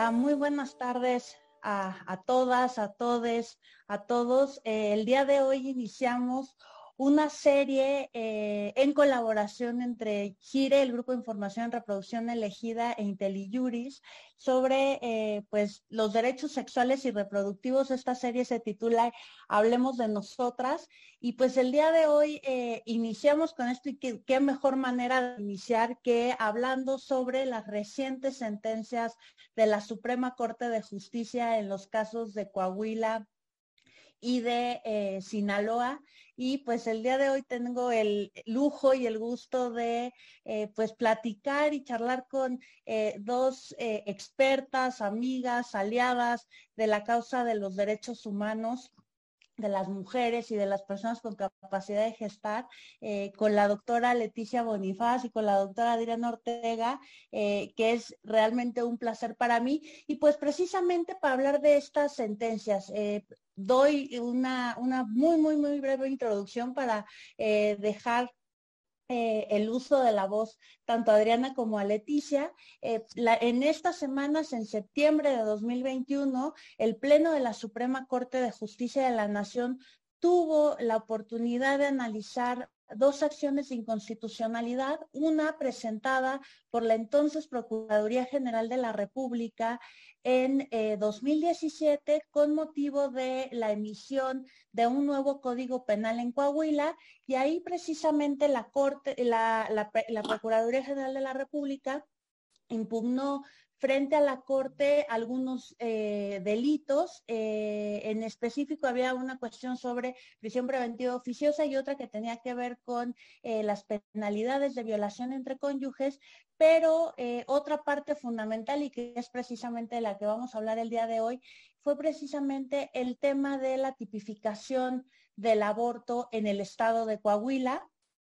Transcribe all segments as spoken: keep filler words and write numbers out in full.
Hola, muy buenas tardes a, a todas, a todes, a todos. Eh, el día de hoy iniciamos una serie eh, en colaboración entre GIRE, el Grupo de Información en Reproducción Elegida, e IntelliJuris, sobre eh, pues, los derechos sexuales y reproductivos. Esta serie se titula Hablemos de Nosotras. Y pues el día de hoy eh, iniciamos con esto, y qué, qué mejor manera de iniciar que hablando sobre las recientes sentencias de la Suprema Corte de Justicia en los casos de Coahuila y de eh, Sinaloa. Y pues el día de hoy tengo el lujo y el gusto de eh, pues platicar y charlar con eh, dos eh, expertas, amigas, aliadas de la causa de los derechos humanos de las mujeres y de las personas con capacidad de gestar, eh, con la doctora Leticia Bonifaz y con la doctora Adriana Ortega, eh, que es realmente un placer para mí. Y pues precisamente para hablar de estas sentencias, eh, doy una, una muy, muy, muy breve introducción para eh, dejar eh, el uso de la voz tanto a Adriana como a Leticia. Eh, la, en estas semanas, en septiembre de dos mil veintiuno, el Pleno de la Suprema Corte de Justicia de la Nación tuvo la oportunidad de analizar dos acciones de inconstitucionalidad, una presentada por la entonces Procuraduría General de la República en eh, dos mil diecisiete con motivo de la emisión de un nuevo Código Penal en Coahuila, y ahí precisamente la Corte, la, la, la Procuraduría General de la República impugnó frente a la Corte algunos eh, delitos. Eh, en específico había una cuestión sobre prisión preventiva oficiosa y otra que tenía que ver con eh, las penalidades de violación entre cónyuges, pero eh, otra parte fundamental, y que es precisamente la que vamos a hablar el día de hoy, fue precisamente el tema de la tipificación del aborto en el estado de Coahuila.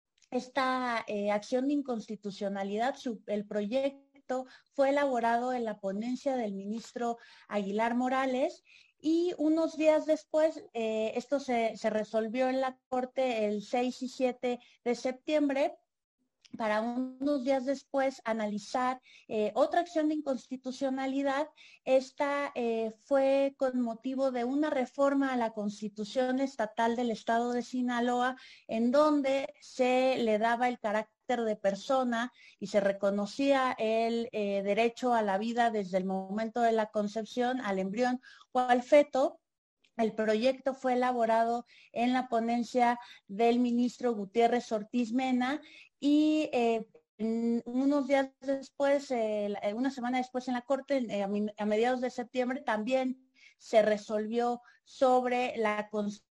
Esta eh, acción de inconstitucionalidad, su, el proyecto fue elaborado en la ponencia del ministro Aguilar Morales, y unos días después, eh, esto se, se resolvió en la Corte el seis y siete de septiembre, para unos días después analizar eh, otra acción de inconstitucionalidad. Esta eh, fue con motivo de una reforma a la Constitución Estatal del Estado de Sinaloa, en donde se le daba el carácter de persona y se reconocía el eh, derecho a la vida desde el momento de la concepción al embrión o al feto. El proyecto fue elaborado en la ponencia del ministro Gutiérrez Ortiz Mena, y eh, unos días después, eh, una semana después en la Corte, eh, a mediados de septiembre, también se resolvió sobre la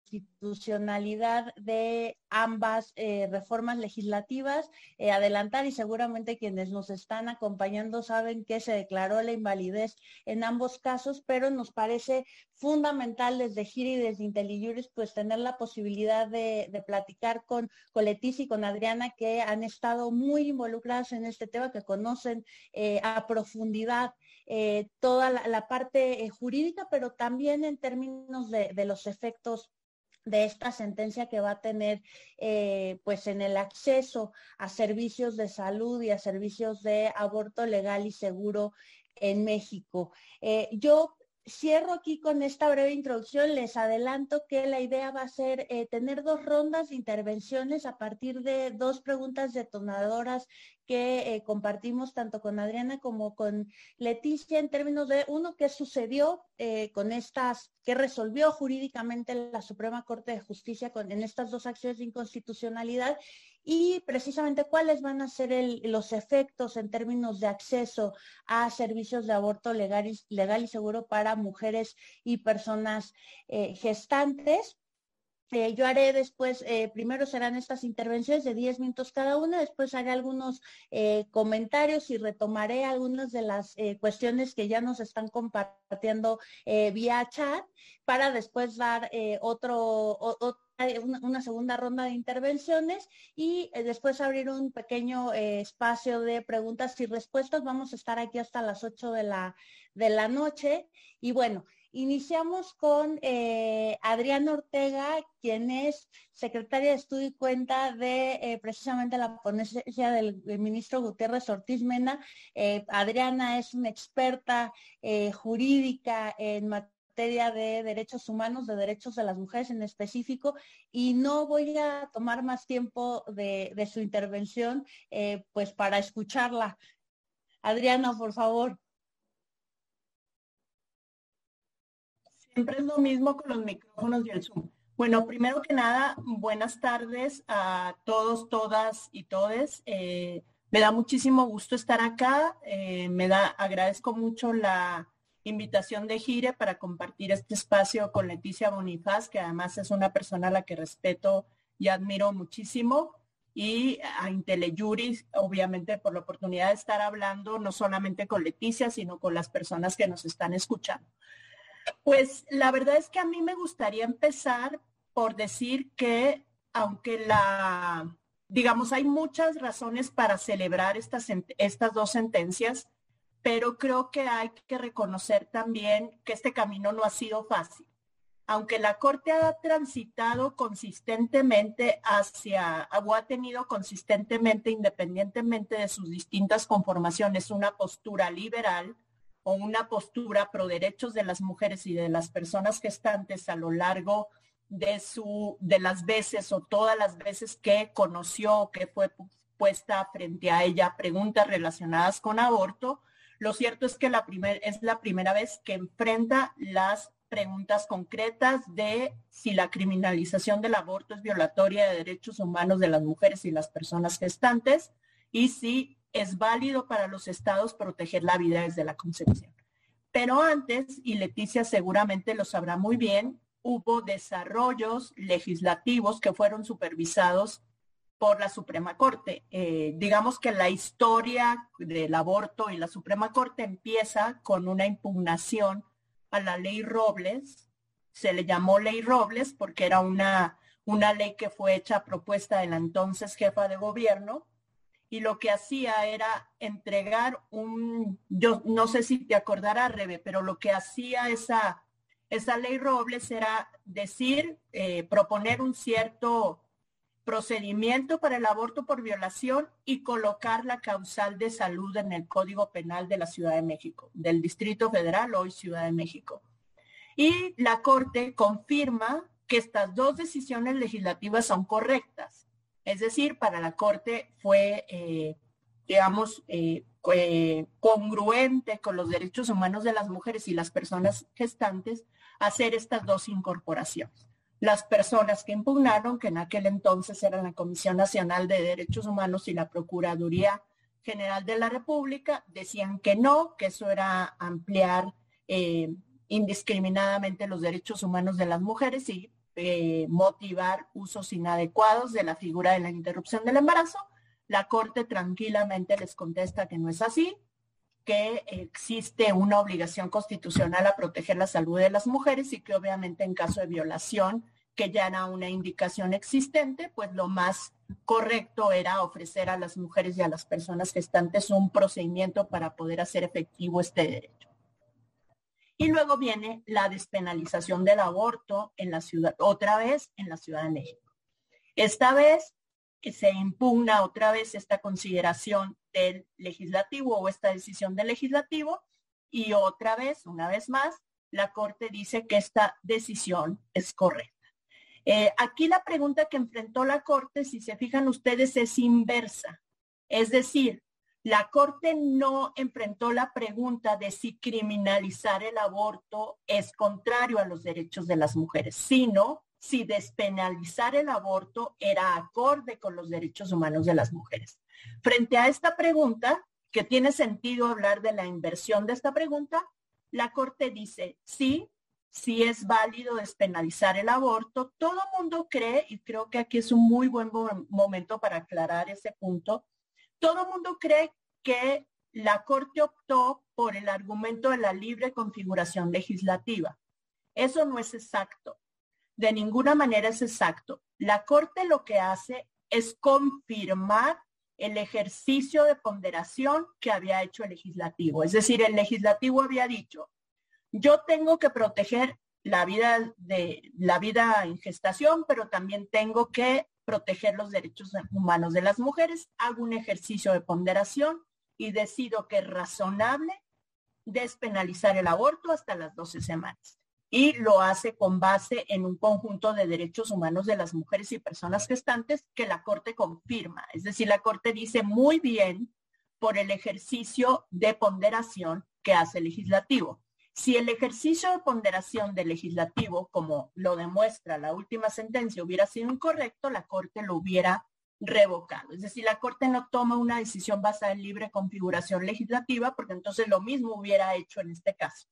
constitucionalidad de ambas eh, reformas legislativas. Eh, adelantar, y seguramente quienes nos están acompañando saben que se declaró la invalidez en ambos casos, pero nos parece fundamental desde GIRI y desde IntelliJuris pues tener la posibilidad de, de platicar con, con Leticia y con Adriana, que han estado muy involucradas en este tema, que conocen eh, a profundidad eh, toda la, la parte eh, jurídica, pero también en términos de, de los efectos de esta sentencia que va a tener eh, pues en el acceso a servicios de salud y a servicios de aborto legal y seguro en México. Eh, yo cierro aquí con esta breve introducción. Les adelanto que la idea va a ser eh, tener dos rondas de intervenciones a partir de dos preguntas detonadoras que eh, compartimos tanto con Adriana como con Leticia, en términos de, uno, qué sucedió eh, con estas, qué resolvió jurídicamente la Suprema Corte de Justicia con, en estas dos acciones de inconstitucionalidad, y precisamente cuáles van a ser el, los efectos en términos de acceso a servicios de aborto legal y, legal y seguro para mujeres y personas eh, gestantes. Eh, yo haré después, eh, primero serán estas intervenciones de diez minutos cada una, después haré algunos eh, comentarios y retomaré algunas de las eh, cuestiones que ya nos están compartiendo eh, vía chat, para después dar eh, otro, o, o, una, una segunda ronda de intervenciones, y eh, después abrir un pequeño eh, espacio de preguntas y respuestas. Vamos a estar aquí hasta las ocho de la, de la noche. Y bueno, Iniciamos con eh, Adriana Ortega, quien es secretaria de Estudio y Cuenta de eh, precisamente la ponencia del, del ministro Gutiérrez Ortiz Mena. Eh, Adriana es una experta eh, jurídica en materia de derechos humanos, de derechos de las mujeres en específico, y no voy a tomar más tiempo de, de su intervención, eh, pues para escucharla. Adriana, por favor. Siempre es lo mismo con los micrófonos y el Zoom. Bueno, primero que nada, buenas tardes a todos, todas y todes. Eh, me da muchísimo gusto estar acá. Eh, me da, agradezco mucho la invitación de Gire para compartir este espacio con Leticia Bonifaz, que además es una persona a la que respeto y admiro muchísimo. Y a Inteleyuris, obviamente, por la oportunidad de estar hablando no solamente con Leticia, sino con las personas que nos están escuchando. Pues la verdad es que a mí me gustaría empezar por decir que aunque la, digamos, hay muchas razones para celebrar estas, estas dos sentencias, pero creo que hay que reconocer también que este camino no ha sido fácil. Aunque la Corte ha transitado consistentemente hacia, o ha tenido consistentemente, independientemente de sus distintas conformaciones, una postura liberal, o una postura pro derechos de las mujeres y de las personas gestantes a lo largo de, su, de las veces o todas las veces que conoció, que fue puesta frente a ella preguntas relacionadas con aborto, lo cierto es que la primer, es la primera vez que enfrenta las preguntas concretas de si la criminalización del aborto es violatoria de derechos humanos de las mujeres y las personas gestantes, y si es válido para los estados proteger la vida desde la concepción. Pero antes, y Leticia seguramente lo sabrá muy bien, hubo desarrollos legislativos que fueron supervisados por la Suprema Corte. Eh, digamos que la historia del aborto y la Suprema Corte empieza con una impugnación a la ley Robles. Se le llamó ley Robles porque era una, una ley que fue hecha a propuesta de la entonces jefa de gobierno, y lo que hacía era entregar un, yo no sé si te acordarás, Rebe, pero lo que hacía esa, esa ley Robles era decir, eh, proponer un cierto procedimiento para el aborto por violación y colocar la causal de salud en el Código Penal de la Ciudad de México, del Distrito Federal, hoy Ciudad de México. Y la Corte confirma que estas dos decisiones legislativas son correctas. Es decir, para la Corte fue, eh, digamos, eh, eh, congruente con los derechos humanos de las mujeres y las personas gestantes hacer estas dos incorporaciones. Las personas que impugnaron, que en aquel entonces eran la Comisión Nacional de Derechos Humanos y la Procuraduría General de la República, decían que no, que eso era ampliar eh, indiscriminadamente los derechos humanos de las mujeres y Eh, motivar usos inadecuados de la figura de la interrupción del embarazo. La Corte tranquilamente les contesta que no es así, que existe una obligación constitucional a proteger la salud de las mujeres y que obviamente en caso de violación, que ya era una indicación existente, pues lo más correcto era ofrecer a las mujeres y a las personas gestantes un procedimiento para poder hacer efectivo este derecho. Y luego viene la despenalización del aborto en la ciudad, otra vez en la Ciudad de México. Esta vez que se impugna otra vez esta consideración del legislativo o esta decisión del legislativo, y otra vez, una vez más, la Corte dice que esta decisión es correcta. Eh, aquí la pregunta que enfrentó la Corte, si se fijan ustedes, es inversa. Es decir, la Corte no enfrentó la pregunta de si criminalizar el aborto es contrario a los derechos de las mujeres, sino si despenalizar el aborto era acorde con los derechos humanos de las mujeres. Frente a esta pregunta, que tiene sentido hablar de la inversión de esta pregunta, la Corte dice sí, sí es válido despenalizar el aborto. Todo mundo cree, y creo que aquí es un muy buen momento para aclarar ese punto, todo el mundo cree que la Corte optó por el argumento de la libre configuración legislativa. Eso no es exacto. De ninguna manera es exacto. La Corte lo que hace es confirmar el ejercicio de ponderación que había hecho el legislativo. Es decir, el legislativo había dicho, Yo tengo que proteger la vida, de, la vida en gestación, pero también tengo que proteger los derechos humanos de las mujeres. Hago un ejercicio de ponderación y decido que es razonable despenalizar el aborto hasta las doce semanas. Y lo hace con base en un conjunto de derechos humanos de las mujeres y personas gestantes que la Corte confirma. Es decir, la Corte dice muy bien por el ejercicio de ponderación que hace el legislativo. Si el ejercicio de ponderación del legislativo, como lo demuestra la última sentencia, hubiera sido incorrecto, la Corte lo hubiera revocado. Es decir, la Corte no toma una decisión basada en libre configuración legislativa, porque entonces lo mismo hubiera hecho en este caso.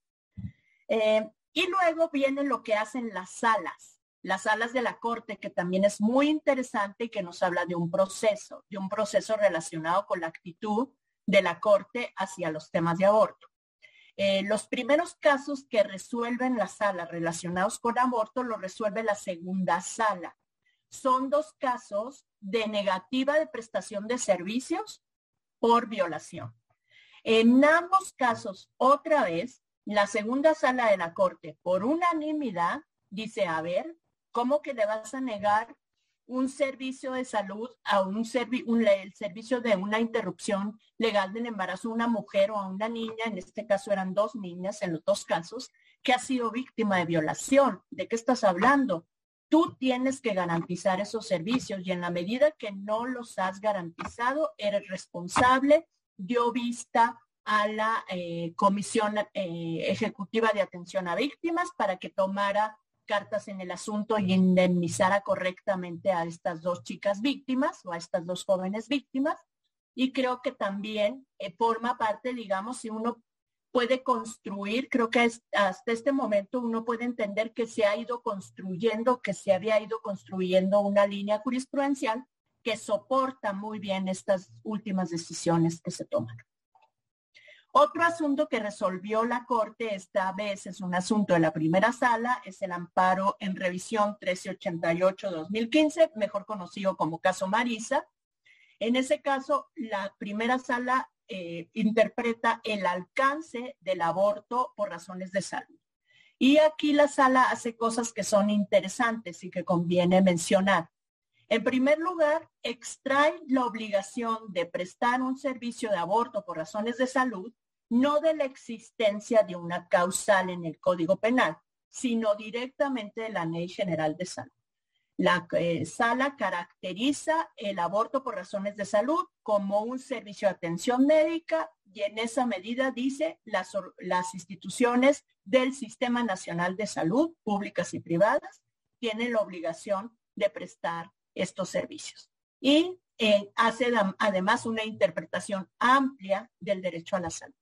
Eh, y luego viene lo que hacen las salas, las salas de la Corte, que también es muy interesante y que nos habla de un proceso, de un proceso relacionado con la actitud de la Corte hacia los temas de aborto. Eh, los primeros casos que resuelven la sala relacionados con aborto los resuelve la segunda sala. Son dos casos de negativa de prestación de servicios por violación. En ambos casos, otra vez, la segunda sala de la Corte, por unanimidad, dice, a ver, ¿cómo que le vas a negar un servicio de salud a un, servi un el servicio de una interrupción legal del embarazo a una mujer o a una niña? En este caso eran dos niñas en los dos casos, que ha sido víctima de violación. ¿De qué estás hablando? Tú tienes que garantizar esos servicios y en la medida que no los has garantizado, eres responsable. Dio vista a la eh, Comisión eh, Ejecutiva de Atención a Víctimas para que tomara cartas en el asunto y indemnizara correctamente a estas dos chicas víctimas o a estas dos jóvenes víctimas. Y creo que también eh, forma parte, digamos, si uno puede construir, creo que es, hasta este momento uno puede entender que se ha ido construyendo, que se había ido construyendo una línea jurisprudencial que soporta muy bien estas últimas decisiones que se toman. Otro asunto que resolvió la Corte, esta vez es un asunto de la primera sala, es el amparo en revisión trece ochenta y ocho dos mil quince, mejor conocido como caso Marisa. En ese caso, la primera sala eh, interpreta el alcance del aborto por razones de salud. Y aquí la sala hace cosas que son interesantes y que conviene mencionar. En primer lugar, extrae la obligación de prestar un servicio de aborto por razones de salud, no de la existencia de una causal en el Código Penal, sino directamente de la Ley General de Salud. La eh, sala caracteriza el aborto por razones de salud como un servicio de atención médica y en esa medida dice las, las instituciones del Sistema Nacional de Salud, públicas y privadas, tienen la obligación de prestar estos servicios. Y eh, hace además una interpretación amplia del derecho a la salud.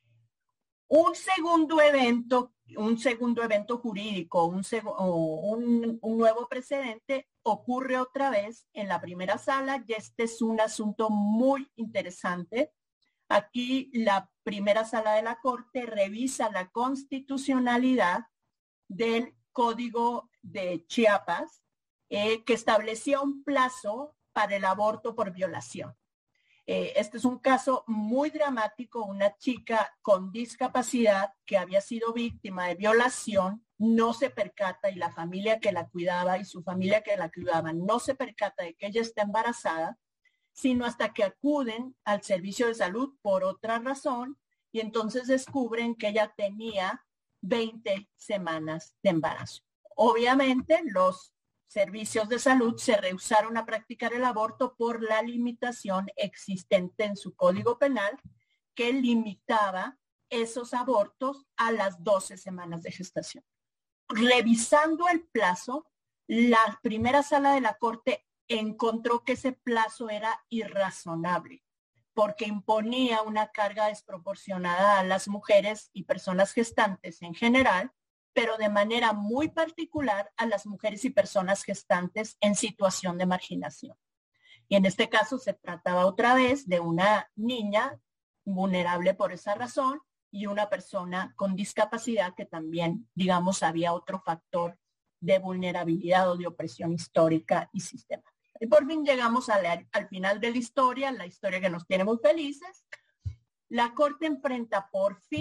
Un segundo evento, un segundo evento jurídico, un, seg un, un nuevo precedente ocurre otra vez en la primera sala y este es un asunto muy interesante. Aquí la primera sala de la Corte revisa la constitucionalidad del Código de Chiapas eh, que establecía un plazo para el aborto por violación. Eh, este es un caso muy dramático, una chica con discapacidad que había sido víctima de violación, no se percata y la familia que la cuidaba y su familia que la cuidaba no se percata de que ella está embarazada, sino hasta que acuden al servicio de salud por otra razón y entonces descubren que ella tenía veinte semanas de embarazo. Obviamente los servicios de salud se rehusaron a practicar el aborto por la limitación existente en su Código Penal que limitaba esos abortos a las doce semanas de gestación. Revisando el plazo, la primera sala de la Corte encontró que ese plazo era irrazonable porque imponía una carga desproporcionada a las mujeres y personas gestantes en general, pero de manera muy particular a las mujeres y personas gestantes en situación de marginación. Y en este caso se trataba otra vez de una niña vulnerable por esa razón y una persona con discapacidad que también, digamos, había otro factor de vulnerabilidad o de opresión histórica y sistemática. Y por fin llegamos al, al final de la historia, la historia que nos tiene muy felices. La Corte enfrenta por fin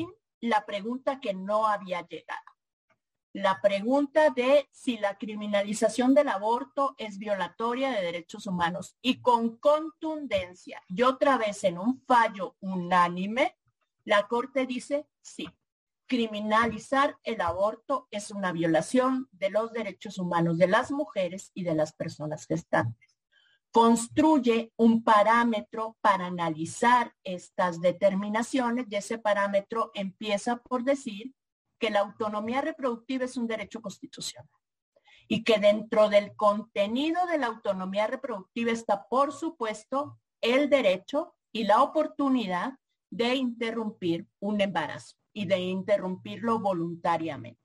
la pregunta que no había llegado. La pregunta de si la criminalización del aborto es violatoria de derechos humanos. Y con contundencia, y otra vez en un fallo unánime, la Corte dice sí. Criminalizar el aborto es una violación de los derechos humanos de las mujeres y de las personas gestantes. Construye un parámetro para analizar estas determinaciones y ese parámetro empieza por decir que la autonomía reproductiva es un derecho constitucional y que dentro del contenido de la autonomía reproductiva está, por supuesto, el derecho y la oportunidad de interrumpir un embarazo y de interrumpirlo voluntariamente.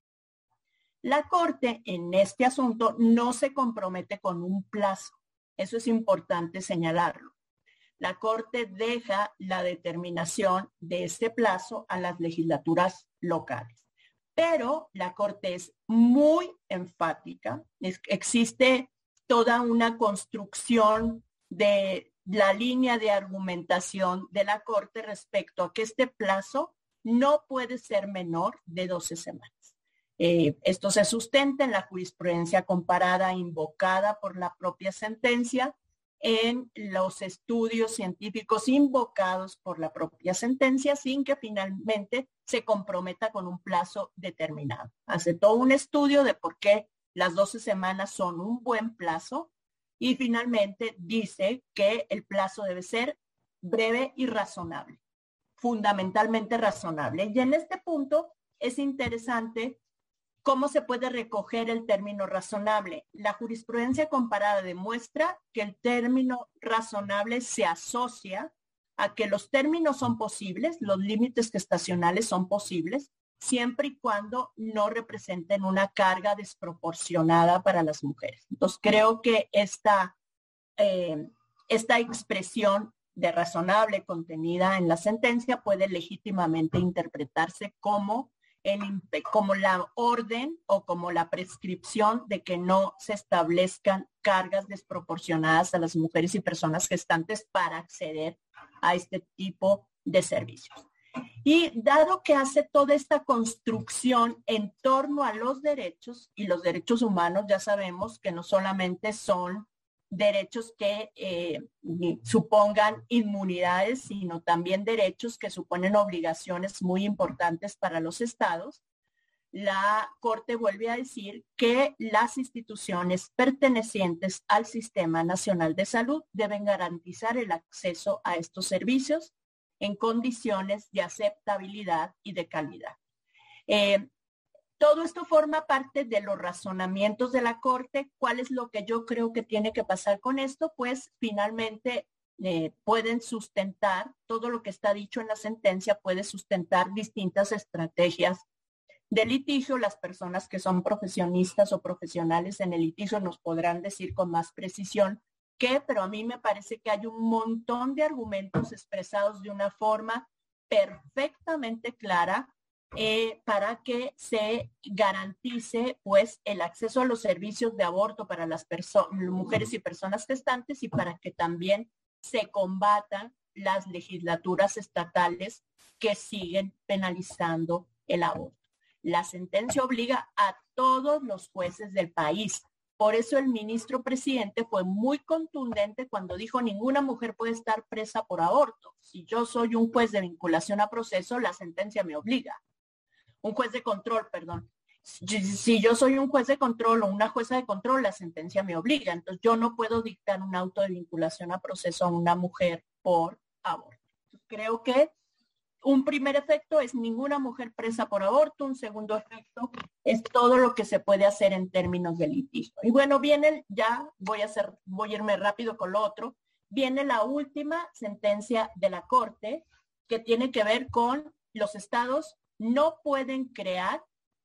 La Corte en este asunto no se compromete con un plazo. Eso es importante señalarlo. La Corte deja la determinación de este plazo a las legislaturas locales. Pero la Corte es muy enfática. Es, existe toda una construcción de la línea de argumentación de la Corte respecto a que este plazo no puede ser menor de doce semanas. Eh, esto se sustenta en la jurisprudencia comparada invocada por la propia sentencia, en los estudios científicos invocados por la propia sentencia, sin que finalmente se comprometa con un plazo determinado. Hace todo un estudio de por qué las doce semanas son un buen plazo y finalmente dice que el plazo debe ser breve y razonable, fundamentalmente razonable. Y en este punto es interesante ¿cómo se puede recoger el término razonable? La jurisprudencia comparada demuestra que el término razonable se asocia a que los términos son posibles, los límites gestacionales son posibles, siempre y cuando no representen una carga desproporcionada para las mujeres. Entonces, creo que esta, eh, esta expresión de razonable contenida en la sentencia puede legítimamente interpretarse como El, como la orden o como la prescripción de que no se establezcan cargas desproporcionadas a las mujeres y personas gestantes para acceder a este tipo de servicios. Y dado que hace toda esta construcción en torno a los derechos, y los derechos humanos ya sabemos que no solamente son derechos que eh, supongan inmunidades, sino también derechos que suponen obligaciones muy importantes para los estados, la Corte vuelve a decir que las instituciones pertenecientes al Sistema Nacional de Salud deben garantizar el acceso a estos servicios en condiciones de aceptabilidad y de calidad. Eh, Todo esto forma parte de los razonamientos de la Corte. ¿Cuál es lo que yo creo que tiene que pasar con esto? Pues finalmente eh, pueden sustentar, todo lo que está dicho en la sentencia puede sustentar distintas estrategias de litigio. Las personas que son profesionistas o profesionales en el litigio nos podrán decir con más precisión qué, pero a mí me parece que hay un montón de argumentos expresados de una forma perfectamente clara Eh, para que se garantice pues el acceso a los servicios de aborto para las mujeres y personas gestantes y para que también se combatan las legislaturas estatales que siguen penalizando el aborto. La sentencia obliga a todos los jueces del país. Por eso el ministro presidente fue muy contundente cuando dijo ninguna mujer puede estar presa por aborto. Si yo soy un juez de vinculación a proceso, la sentencia me obliga. Un juez de control, perdón. Si yo soy un juez de control o una jueza de control, la sentencia me obliga. Entonces yo no puedo dictar un auto de vinculación a proceso a una mujer por aborto. Creo que un primer efecto es ninguna mujer presa por aborto. Un segundo efecto es todo lo que se puede hacer en términos de litigio. Y bueno, viene, ya voy a hacer, voy a irme rápido con lo otro. Viene la última sentencia de la Corte que tiene que ver con los estados no pueden crear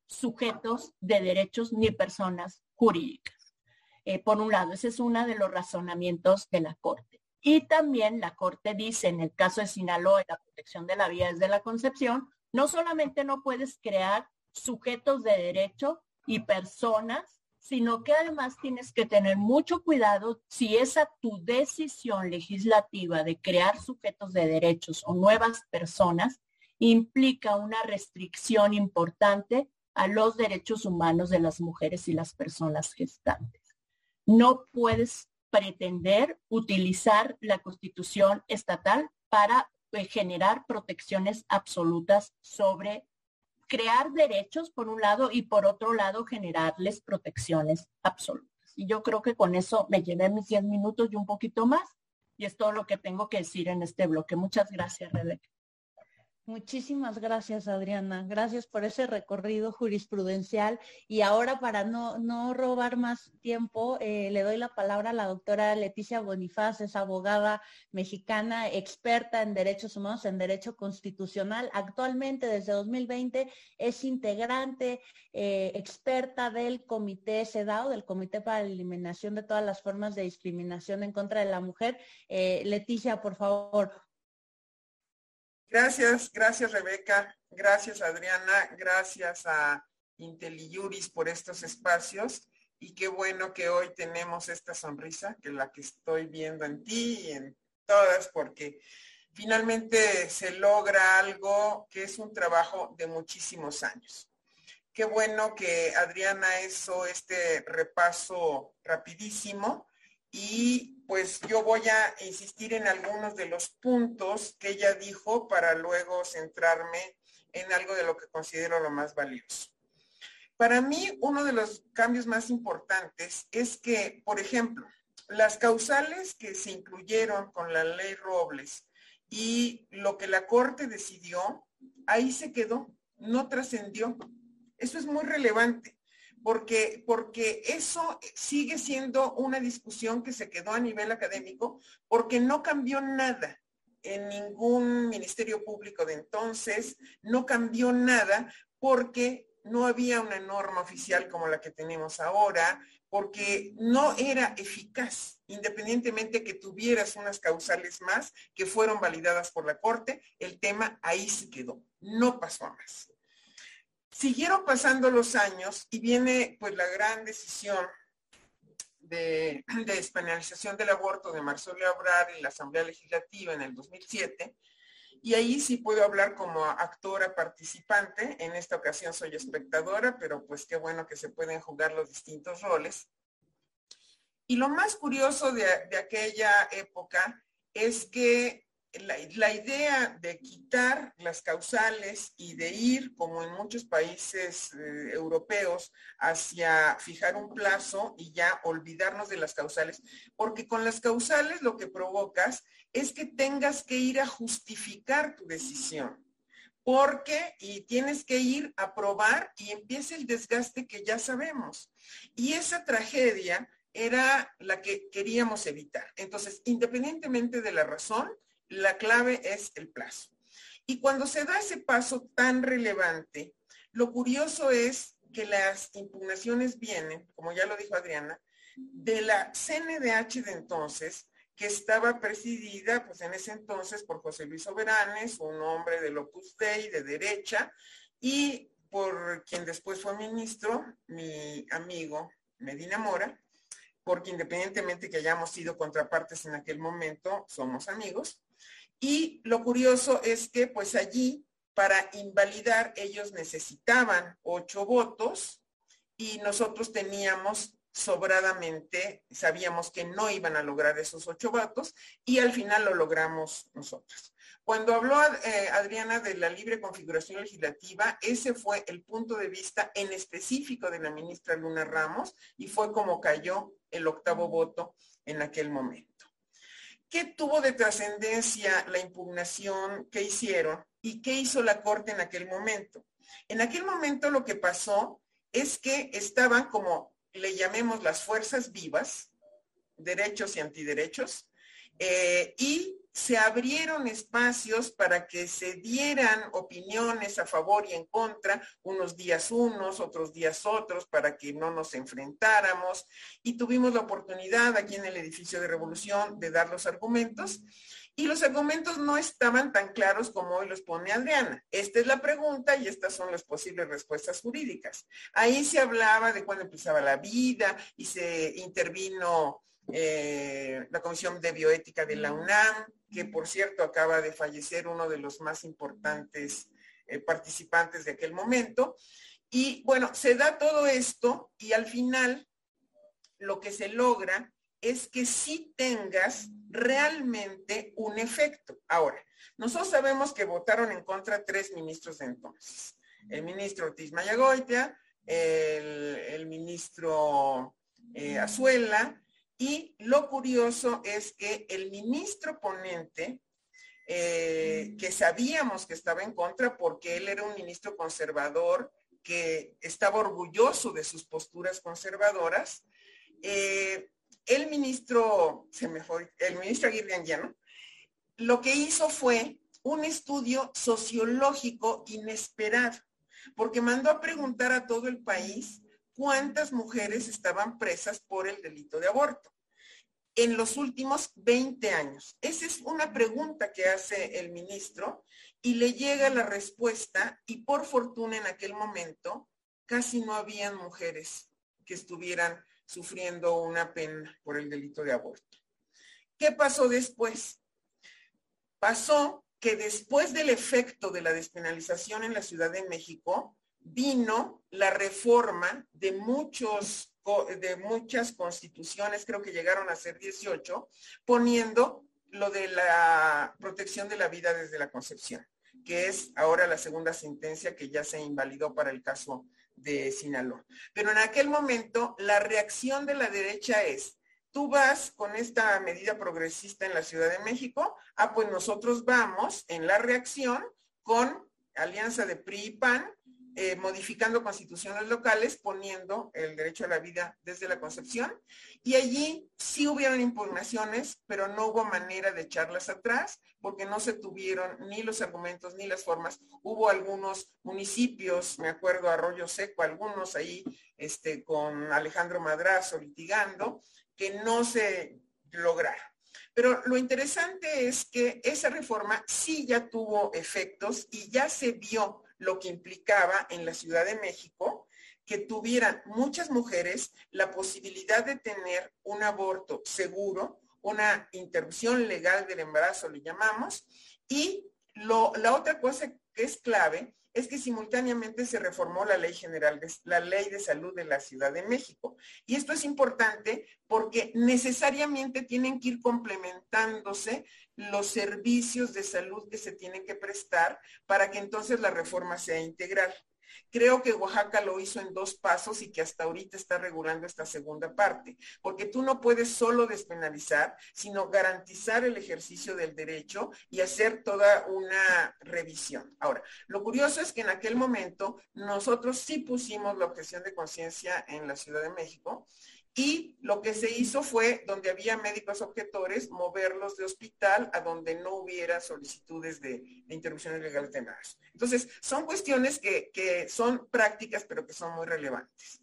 sujetos de derechos ni personas jurídicas. Eh, por un lado, ese es uno de los razonamientos de la Corte. Y también la Corte dice, en el caso de Sinaloa, la protección de la vida desde la concepción, no solamente no puedes crear sujetos de derecho y personas, sino que además tienes que tener mucho cuidado si esa tu decisión legislativa de crear sujetos de derechos o nuevas personas implica una restricción importante a los derechos humanos de las mujeres y las personas gestantes. No puedes pretender utilizar la Constitución estatal para eh, generar protecciones absolutas sobre crear derechos por un lado y por otro lado generarles protecciones absolutas. Y yo creo que con eso me llevé mis diez minutos y un poquito más y es todo lo que tengo que decir en este bloque. Muchas gracias, Rebeca. Muchísimas gracias, Adriana. Gracias por ese recorrido jurisprudencial. Y ahora, para no, no robar más tiempo, eh, le doy la palabra a la doctora Leticia Bonifaz, es abogada mexicana, experta en derechos humanos, en derecho constitucional. Actualmente, desde dos mil veinte, es integrante, eh, experta del Comité CEDAW, del Comité para la Eliminación de todas las formas de discriminación en contra de la mujer. Eh, Leticia, por favor. Gracias, gracias Rebeca, gracias Adriana, gracias a IntelliJuris por estos espacios y qué bueno que hoy tenemos esta sonrisa, que la que estoy viendo en ti y en todas, porque finalmente se logra algo que es un trabajo de muchísimos años. Qué bueno que Adriana hizo este repaso rapidísimo. Y pues yo voy a insistir en algunos de los puntos que ella dijo para luego centrarme en algo de lo que considero lo más valioso. Para mí, uno de los cambios más importantes es que, por ejemplo, las causales que se incluyeron con la ley Robles y lo que la Corte decidió, ahí se quedó, no trascendió. Eso es muy relevante. Porque, porque eso sigue siendo una discusión que se quedó a nivel académico porque no cambió nada en ningún ministerio público de entonces, no cambió nada porque no había una norma oficial como la que tenemos ahora, porque no era eficaz, independientemente que tuvieras unas causales más que fueron validadas por la Corte, el tema ahí se quedó, no pasó a más. Siguieron pasando los años y viene pues la gran decisión de, de despenalización del aborto de Marcelo Ebrard en la Asamblea Legislativa en el dos mil siete y ahí sí puedo hablar como actora participante, en esta ocasión soy espectadora, pero pues qué bueno que se pueden jugar los distintos roles. Y lo más curioso de, de aquella época es que La, la idea de quitar las causales y de ir, como en muchos países eh, europeos, hacia fijar un plazo y ya olvidarnos de las causales, porque con las causales lo que provocas es que tengas que ir a justificar tu decisión, porque y tienes que ir a probar y empieza el desgaste que ya sabemos. Y esa tragedia era la que queríamos evitar. Entonces, independientemente de la razón, la clave es el plazo. Y cuando se da ese paso tan relevante, lo curioso es que las impugnaciones vienen, como ya lo dijo Adriana, de la C N D H de entonces, que estaba presidida, pues en ese entonces, por José Luis Soberanes, un hombre del Opus Dei, de derecha, y por quien después fue ministro, mi amigo Medina Mora, porque independientemente que hayamos sido contrapartes en aquel momento, somos amigos. Y lo curioso es que pues allí para invalidar ellos necesitaban ocho votos y nosotros teníamos sobradamente, sabíamos que no iban a lograr esos ocho votos y al final lo logramos nosotros. Cuando habló eh, Adriana de la libre configuración legislativa, ese fue el punto de vista en específico de la ministra Luna Ramos y fue como cayó el octavo voto en aquel momento. ¿Qué tuvo de trascendencia la impugnación que hicieron y qué hizo la Corte en aquel momento? En aquel momento lo que pasó es que estaban como le llamemos las fuerzas vivas, derechos y antiderechos, eh, y se abrieron espacios para que se dieran opiniones a favor y en contra, unos días unos, otros días otros, para que no nos enfrentáramos. Y tuvimos la oportunidad aquí en el edificio de Revolución de dar los argumentos. Y los argumentos no estaban tan claros como hoy los pone Adriana. Esta es la pregunta y estas son las posibles respuestas jurídicas. Ahí se hablaba de cuándo empezaba la vida y se intervino eh, la Comisión de Bioética de la UNAM, que por cierto acaba de fallecer uno de los más importantes eh, participantes de aquel momento. Y bueno, se da todo esto y al final lo que se logra es que sí tengas realmente un efecto. Ahora, nosotros sabemos que votaron en contra tres ministros de entonces. El ministro Ortiz Mayagoitia, el, el ministro eh, Azuela, y lo curioso es que el ministro ponente, eh, que sabíamos que estaba en contra porque él era un ministro conservador, que estaba orgulloso de sus posturas conservadoras, eh, el ministro, se me fue, el ministro Aguirre Anguiano, lo que hizo fue un estudio sociológico inesperado, porque mandó a preguntar a todo el país cuántas mujeres estaban presas por el delito de aborto en los últimos veinte años. Esa es una pregunta que hace el ministro y le llega la respuesta y por fortuna en aquel momento casi no habían mujeres que estuvieran sufriendo una pena por el delito de aborto. ¿Qué pasó después? Pasó que después del efecto de la despenalización en la Ciudad de México, vino la reforma de muchos de muchas constituciones, creo que llegaron a ser dieciocho, poniendo lo de la protección de la vida desde la concepción, que es ahora la segunda sentencia que ya se invalidó para el caso de Sinaloa. Pero en aquel momento la reacción de la derecha es, tú vas con esta medida progresista en la Ciudad de México, ah, pues nosotros vamos en la reacción con alianza de P R I y P A N, Eh, modificando constituciones locales, poniendo el derecho a la vida desde la concepción, y allí sí hubieron impugnaciones, pero no hubo manera de echarlas atrás, porque no se tuvieron ni los argumentos ni las formas. Hubo algunos municipios, me acuerdo Arroyo Seco, algunos ahí este, con Alejandro Madrazo litigando, que no se lograron. Pero lo interesante es que esa reforma sí ya tuvo efectos y ya se vio lo que implicaba en la Ciudad de México que tuvieran muchas mujeres la posibilidad de tener un aborto seguro, una interrupción legal del embarazo, le llamamos, y lo, la otra cosa que es clave es que simultáneamente se reformó la ley general, de, la ley de salud de la Ciudad de México. Y esto es importante porque necesariamente tienen que ir complementándose los servicios de salud que se tienen que prestar para que entonces la reforma sea integral. Creo que Oaxaca lo hizo en dos pasos y que hasta ahorita está regulando esta segunda parte, porque tú no puedes solo despenalizar, sino garantizar el ejercicio del derecho y hacer toda una revisión. Ahora, lo curioso es que en aquel momento nosotros sí pusimos la objeción de conciencia en la Ciudad de México, y lo que se hizo fue, donde había médicos objetores, moverlos de hospital a donde no hubiera solicitudes de, de interrupción ilegal de embarazo. Entonces, son cuestiones que, que son prácticas, pero que son muy relevantes.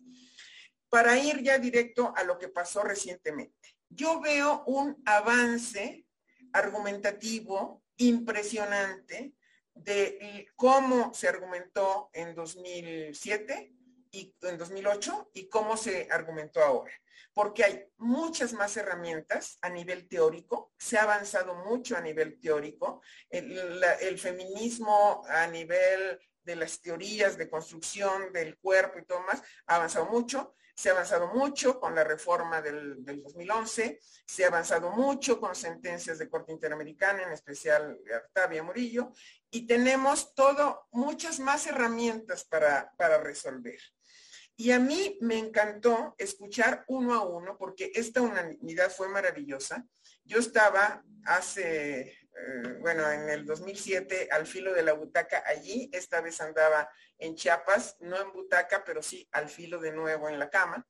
Para ir ya directo a lo que pasó recientemente, yo veo un avance argumentativo impresionante de cómo se argumentó en dos mil siete, y en dos mil ocho y cómo se argumentó ahora, porque hay muchas más herramientas a nivel teórico, se ha avanzado mucho a nivel teórico, el, la, el feminismo a nivel de las teorías de construcción del cuerpo y todo más, ha avanzado mucho, se ha avanzado mucho con la reforma del, del dos mil once, se ha avanzado mucho con sentencias de Corte Interamericana, en especial de Octavia Murillo, y tenemos todo, muchas más herramientas para, para resolver. Y a mí me encantó escuchar uno a uno, porque esta unanimidad fue maravillosa. Yo estaba hace, eh, bueno, en el dos mil siete al filo de la butaca allí, esta vez andaba en Chiapas, no en butaca, pero sí al filo de nuevo en la cama.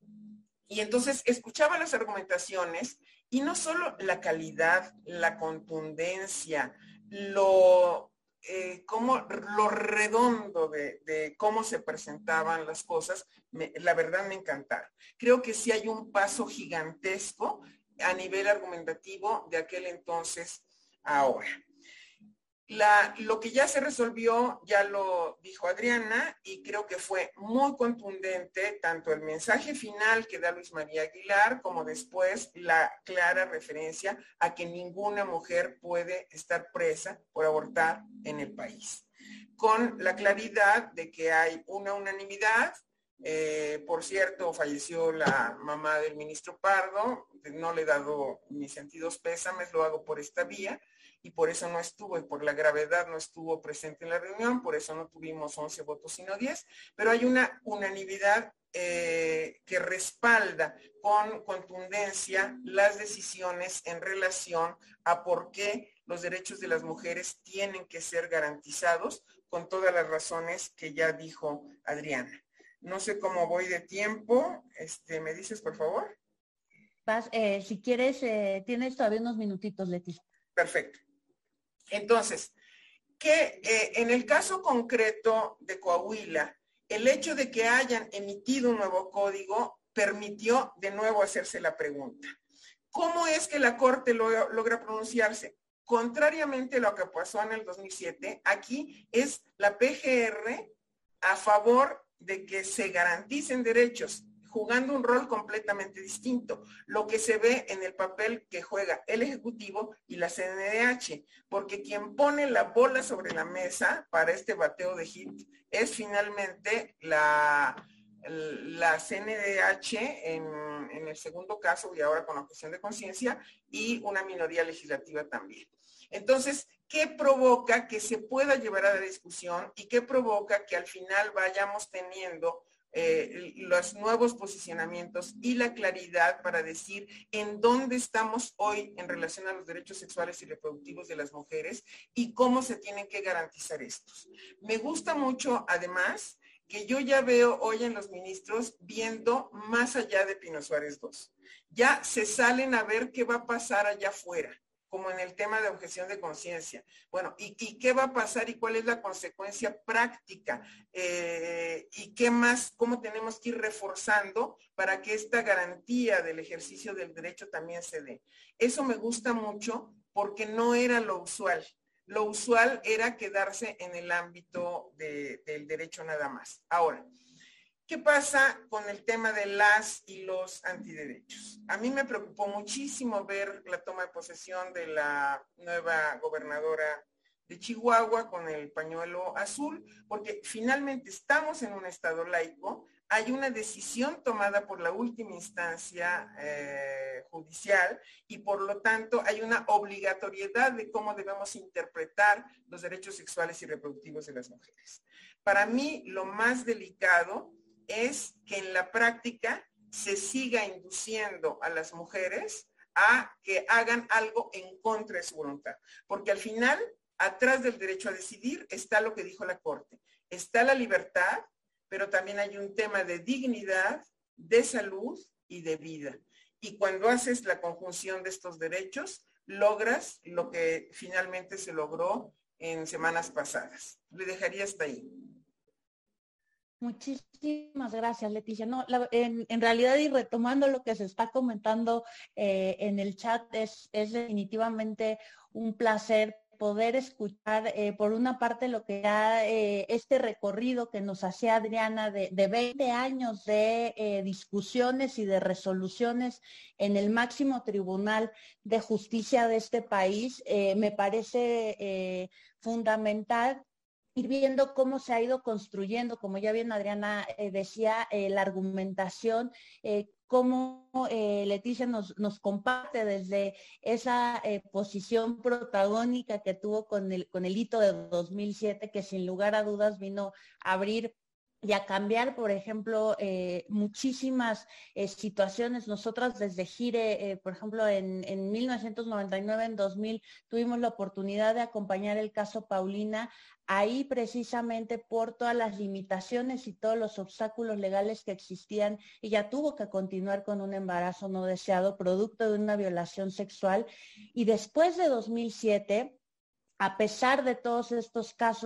Y entonces escuchaba las argumentaciones y no solo la calidad, la contundencia, lo... Eh, cómo, lo redondo de, de cómo se presentaban las cosas, me, la verdad me encantaron. Creo que sí hay un paso gigantesco a nivel argumentativo de aquel entonces a ahora. La, lo que ya se resolvió, ya lo dijo Adriana, y creo que fue muy contundente tanto el mensaje final que da Luis María Aguilar, como después la clara referencia a que ninguna mujer puede estar presa por abortar en el país. Con la claridad de que hay una unanimidad. Eh, por cierto, falleció la mamá del ministro Pardo, no le he dado mis sentidos pésames, lo hago por esta vía, y por eso no estuvo, y por la gravedad no estuvo presente en la reunión, por eso no tuvimos once votos sino diez, pero hay una unanimidad eh, que respalda con contundencia las decisiones en relación a por qué los derechos de las mujeres tienen que ser garantizados, con todas las razones que ya dijo Adriana. No sé cómo voy de tiempo, este, ¿me dices por favor? Vas, eh, si quieres, eh, tienes todavía unos minutitos, Leti. Perfecto. Entonces, que eh, en el caso concreto de Coahuila, el hecho de que hayan emitido un nuevo código permitió de nuevo hacerse la pregunta. ¿Cómo es que la Corte lo, logra pronunciarse? Contrariamente a lo que pasó en el dos mil siete, aquí es la P G R a favor de que se garanticen derechos, jugando un rol completamente distinto, lo que se ve en el papel que juega el Ejecutivo y la C N D H, porque quien pone la bola sobre la mesa para este bateo de hit es finalmente la, la C N D H en, en el segundo caso y ahora con objeción de conciencia y una minoría legislativa también. Entonces, ¿qué provoca que se pueda llevar a la discusión y qué provoca que al final vayamos teniendo eh, los nuevos posicionamientos y la claridad para decir en dónde estamos hoy en relación a los derechos sexuales y reproductivos de las mujeres y cómo se tienen que garantizar estos? Me gusta mucho, además, que yo ya veo hoy en los ministros viendo más allá de Pino Suárez dos. Ya se salen a ver qué va a pasar allá afuera, como en el tema de objeción de conciencia. Bueno, ¿y, ¿y qué va a pasar y cuál es la consecuencia práctica? Eh, ¿Y qué más, cómo tenemos que ir reforzando para que esta garantía del ejercicio del derecho también se dé? Eso me gusta mucho porque no era lo usual. Lo usual era quedarse en el ámbito de, del derecho nada más. Ahora, ¿qué pasa con el tema de las y los antiderechos? A mí me preocupó muchísimo ver la toma de posesión de la nueva gobernadora de Chihuahua con el pañuelo azul, porque finalmente estamos en un estado laico, hay una decisión tomada por la última instancia eh, judicial y por lo tanto hay una obligatoriedad de cómo debemos interpretar los derechos sexuales y reproductivos de las mujeres. Para mí, lo más delicado es que en la práctica se siga induciendo a las mujeres a que hagan algo en contra de su voluntad. Porque al final, atrás del derecho a decidir está lo que dijo la Corte. Está la libertad, pero también hay un tema de dignidad, de salud y de vida. Y cuando haces la conjunción de estos derechos, logras lo que finalmente se logró en semanas pasadas. Le dejaría hasta ahí. Muchísimas gracias, Leticia. No, la, en, en realidad, y retomando lo que se está comentando eh, en el chat, es, es definitivamente un placer poder escuchar, eh, por una parte, lo que ya eh, este recorrido que nos hacía Adriana de, de veinte años de eh, discusiones y de resoluciones en el máximo tribunal de justicia de este país, eh, me parece eh, fundamental ir viendo cómo se ha ido construyendo, como ya bien Adriana eh, decía, eh, la argumentación, eh, cómo eh, Leticia nos, nos comparte desde esa eh, posición protagónica que tuvo con el, con el hito de dos mil siete, que sin lugar a dudas vino a abrir y a cambiar, por ejemplo, eh, muchísimas eh, situaciones. Nosotras desde Gire, eh, por ejemplo, en, en mil novecientos noventa y nueve, en dos mil, tuvimos la oportunidad de acompañar el caso Paulina, ahí precisamente por todas las limitaciones y todos los obstáculos legales que existían. Ella tuvo que continuar con un embarazo no deseado, producto de una violación sexual. Y después de dos mil siete, a pesar de todos estos casos que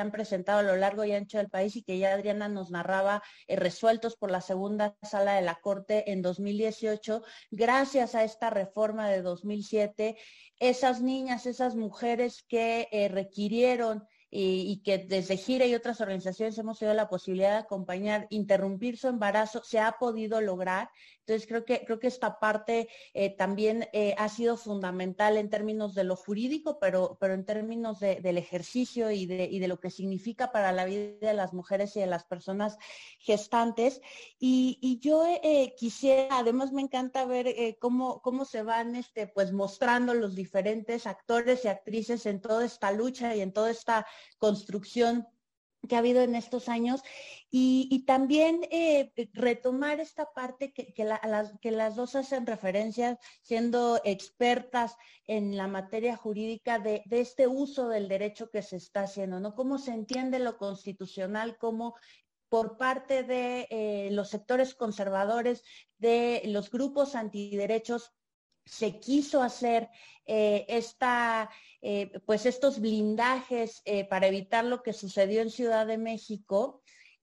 han presentado a lo largo y ancho del país y que ya Adriana nos narraba, eh, resueltos por la segunda sala de la Corte en dos mil dieciocho, gracias a esta reforma de dos mil siete, esas niñas, esas mujeres que eh, requirieron Y, y que desde Gira y otras organizaciones hemos tenido la posibilidad de acompañar, interrumpir su embarazo, se ha podido lograr. Entonces creo que, creo que esta parte eh, también eh, ha sido fundamental en términos de lo jurídico, pero, pero en términos de, del ejercicio y de, y de lo que significa para la vida de las mujeres y de las personas gestantes. Y, y yo eh, quisiera, además me encanta ver eh, cómo, cómo se van este, pues, mostrando los diferentes actores y actrices en toda esta lucha y en toda esta construcción que ha habido en estos años y, y también eh, retomar esta parte que, que, la, las, que las dos hacen referencia, siendo expertas en la materia jurídica de, de este uso del derecho que se está haciendo, ¿no? Cómo se entiende lo constitucional, cómo por parte de eh, los sectores conservadores, de los grupos antiderechos, se quiso hacer eh, esta, eh, pues estos blindajes eh, para evitar lo que sucedió en Ciudad de México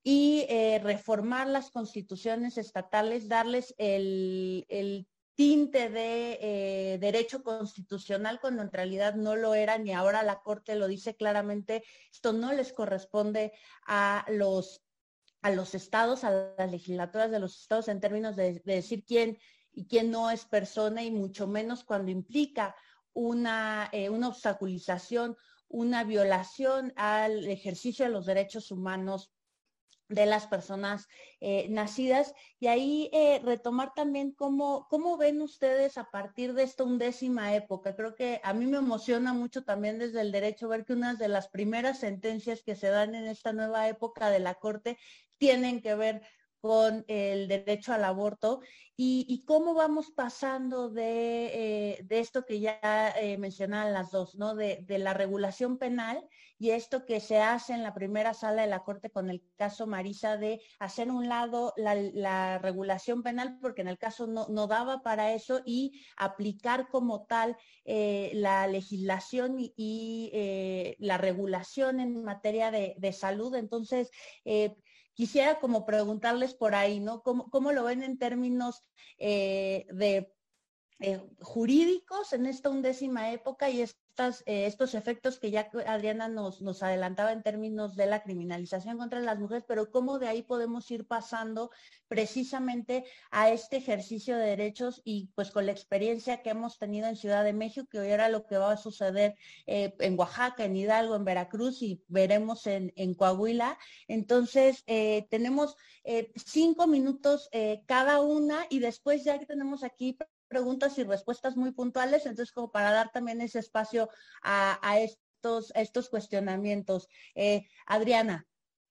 y eh, reformar las constituciones estatales, darles el, el tinte de eh, derecho constitucional cuando en realidad no lo era, ni ahora la Corte lo dice claramente, esto no les corresponde a los, a los estados, a las legislaturas de los estados en términos de, de decir quién y quién no es persona, y mucho menos cuando implica una, eh, una obstaculización, una violación al ejercicio de los derechos humanos de las personas eh, nacidas. Y ahí eh, retomar también cómo, cómo ven ustedes a partir de esta undécima época. Creo que a mí me emociona mucho también desde el derecho ver que unas de las primeras sentencias que se dan en esta nueva época de la Corte tienen que ver con el derecho al aborto y, y cómo vamos pasando de, eh, de esto que ya eh, mencionaban las dos, ¿no? De, de la regulación penal y esto que se hace en la primera sala de la Corte con el caso Marisa, de hacer un lado la, la regulación penal porque en el caso no, no daba para eso y aplicar como tal eh, la legislación y, y eh, la regulación en materia de, de salud. Entonces, eh, quisiera como preguntarles por ahí, ¿no? ¿Cómo, cómo lo ven en términos eh, de eh, jurídicos en esta undécima época y estas, eh, estos efectos que ya Adriana nos, nos adelantaba en términos de la criminalización contra las mujeres, pero cómo de ahí podemos ir pasando precisamente a este ejercicio de derechos y pues con la experiencia que hemos tenido en Ciudad de México, que hoy era lo que va a suceder eh, en Oaxaca, en Hidalgo, en Veracruz y veremos en, en Coahuila. Entonces, eh, tenemos eh, cinco minutos eh, cada una y después ya que tenemos aquí preguntas y respuestas muy puntuales, entonces como para dar también ese espacio a, a, estos, a estos cuestionamientos. Eh, Adriana.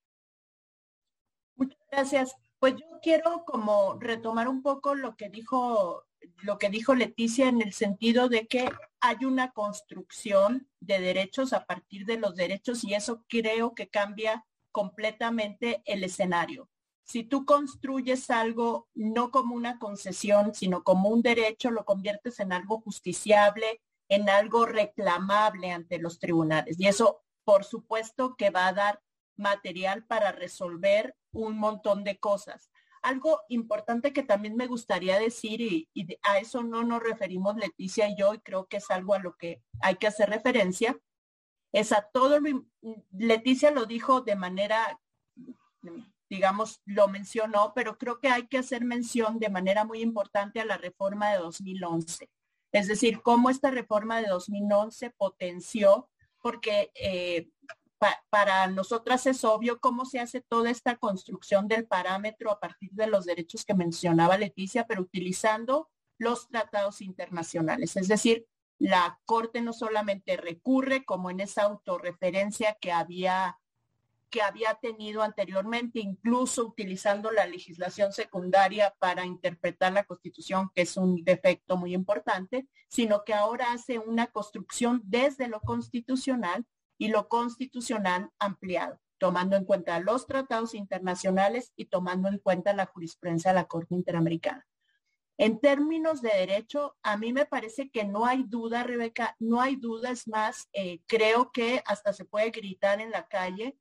Muchas gracias. Pues yo quiero como retomar un poco lo que dijo, lo que dijo Leticia en el sentido de que hay una construcción de derechos a partir de los derechos y eso creo que cambia completamente el escenario. Si tú construyes algo no como una concesión, sino como un derecho, lo conviertes en algo justiciable, en algo reclamable ante los tribunales. Y eso, por supuesto, que va a dar material para resolver un montón de cosas. Algo importante que también me gustaría decir, y, y a eso no nos referimos Leticia y yo, y creo que es algo a lo que hay que hacer referencia, es a todo lo, Leticia lo dijo de manera, digamos, lo mencionó, pero creo que hay que hacer mención de manera muy importante a la reforma de dos mil once. Es decir, cómo esta reforma de dos mil once potenció, porque eh, pa, para nosotras es obvio cómo se hace toda esta construcción del parámetro a partir de los derechos que mencionaba Leticia, pero utilizando los tratados internacionales. Es decir, la Corte no solamente recurre como en esa autorreferencia que había que había tenido anteriormente, incluso utilizando la legislación secundaria para interpretar la Constitución, que es un defecto muy importante, sino que ahora hace una construcción desde lo constitucional y lo constitucional ampliado, tomando en cuenta los tratados internacionales y tomando en cuenta la jurisprudencia de la Corte Interamericana. En términos de derecho, a mí me parece que no hay duda, Rebeca, no hay duda, es más, eh, creo que hasta se puede gritar en la calle.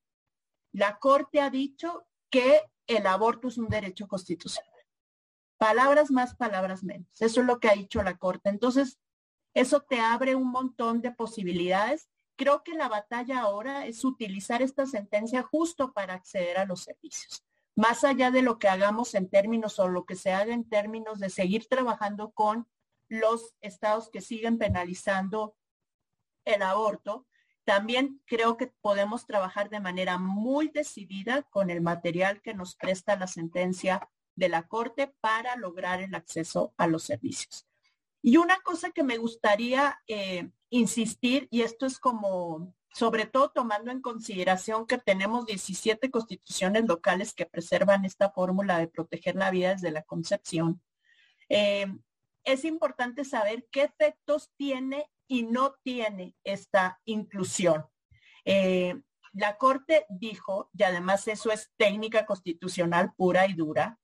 La Corte ha dicho que el aborto es un derecho constitucional. Palabras más, palabras menos. Eso es lo que ha dicho la Corte. Entonces, eso te abre un montón de posibilidades. Creo que la batalla ahora es utilizar esta sentencia justo para acceder a los servicios. Más allá de lo que hagamos en términos o lo que se haga en términos de seguir trabajando con los estados que siguen penalizando el aborto, también creo que podemos trabajar de manera muy decidida con el material que nos presta la sentencia de la Corte para lograr el acceso a los servicios. Y una cosa que me gustaría eh, insistir, y esto es como, sobre todo tomando en consideración que tenemos diecisiete constituciones locales que preservan esta fórmula de proteger la vida desde la concepción, eh, es importante saber qué efectos tiene y no tiene esta inclusión. Eh, la Corte dijo, y además eso es técnica constitucional pura y dura,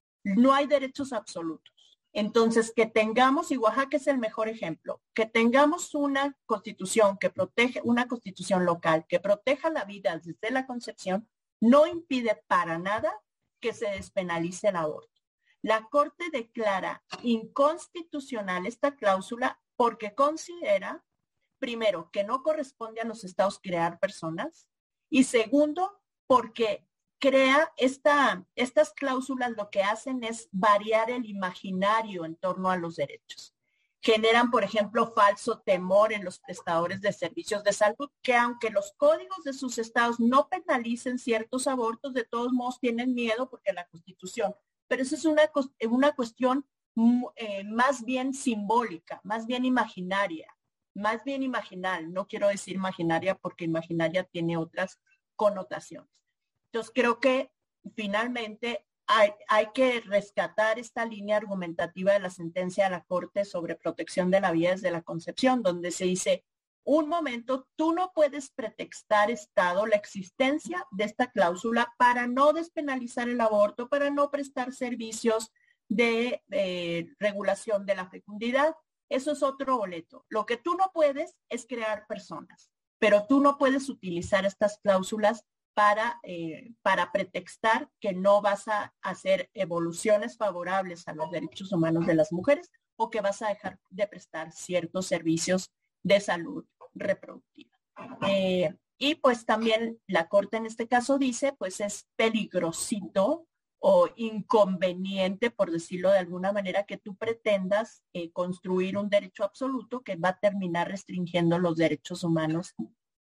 no hay derechos absolutos. Entonces, que tengamos, y Oaxaca es el mejor ejemplo, que tengamos una constitución que protege, una constitución local que proteja la vida desde la concepción, no impide para nada que se despenalice el aborto. La Corte declara inconstitucional esta cláusula porque considera, primero, que no corresponde a los estados crear personas, y segundo, porque crea esta, estas cláusulas lo que hacen es variar el imaginario en torno a los derechos. Generan, por ejemplo, falso temor en los prestadores de servicios de salud, que aunque los códigos de sus estados no penalicen ciertos abortos, de todos modos tienen miedo porque la Constitución. Pero eso es una, una cuestión eh, más bien simbólica, más bien imaginaria, más bien imaginal. No quiero decir imaginaria porque imaginaria tiene otras connotaciones. Entonces creo que finalmente hay, hay que rescatar esta línea argumentativa de la sentencia de la Corte sobre protección de la vida desde la concepción, donde se dice, un momento, tú no puedes pretextar, Estado, la existencia de esta cláusula para no despenalizar el aborto, para no prestar servicios de eh, regulación de la fecundidad. Eso es otro boleto. Lo que tú no puedes es crear personas, pero tú no puedes utilizar estas cláusulas para, eh, para pretextar que no vas a hacer evoluciones favorables a los derechos humanos de las mujeres o que vas a dejar de prestar ciertos servicios de salud reproductiva. Eh, y pues también la Corte en este caso dice, pues es peligrosito o inconveniente, por decirlo de alguna manera, que tú pretendas eh, construir un derecho absoluto que va a terminar restringiendo los derechos humanos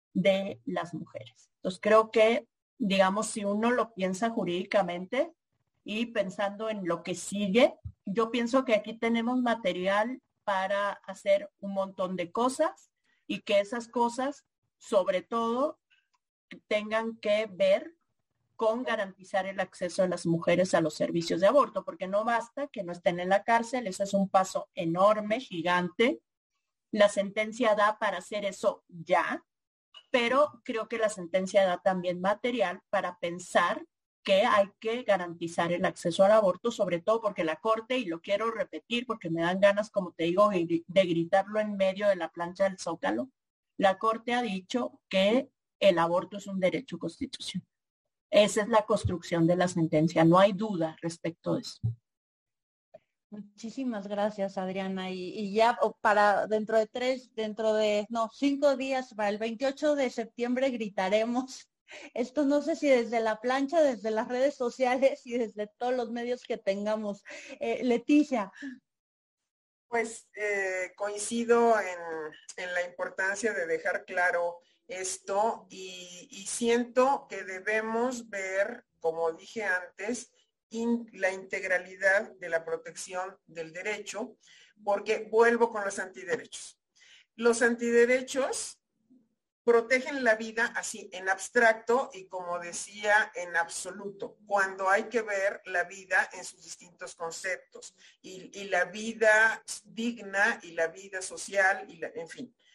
de las mujeres. Entonces creo que, digamos, si uno lo piensa jurídicamente y pensando en lo que sigue, yo pienso que aquí tenemos material para hacer un montón de cosas y que esas cosas, sobre todo, tengan que ver con garantizar el acceso de las mujeres a los servicios de aborto, porque no basta que no estén en la cárcel, eso es un paso enorme, gigante. La sentencia da para hacer eso ya, pero creo que la sentencia da también material para pensar que hay que garantizar el acceso al aborto, sobre todo porque la Corte, y lo quiero repetir porque me dan ganas, como te digo, de gritarlo en medio de la plancha del Zócalo, la Corte ha dicho que el aborto es un derecho constitucional. Esa es la construcción de la sentencia, no hay duda respecto de eso. Muchísimas gracias, Adriana. Y, y ya para dentro de tres, dentro de, no, cinco días, para el veintiocho de septiembre gritaremos. Esto no sé si desde la plancha, desde las redes sociales y desde todos los medios que tengamos. Eh, Leticia. Pues eh, coincido en, en la importancia de dejar claro esto y, y siento que debemos ver, como dije antes, in, la integralidad de la protección del derecho, porque vuelvo con los antiderechos. Los antiderechos protegen la vida así, en abstracto y, como decía, en absoluto, cuando hay que ver la vida en sus distintos conceptos y, y la vida digna y la vida social, y la, en fin.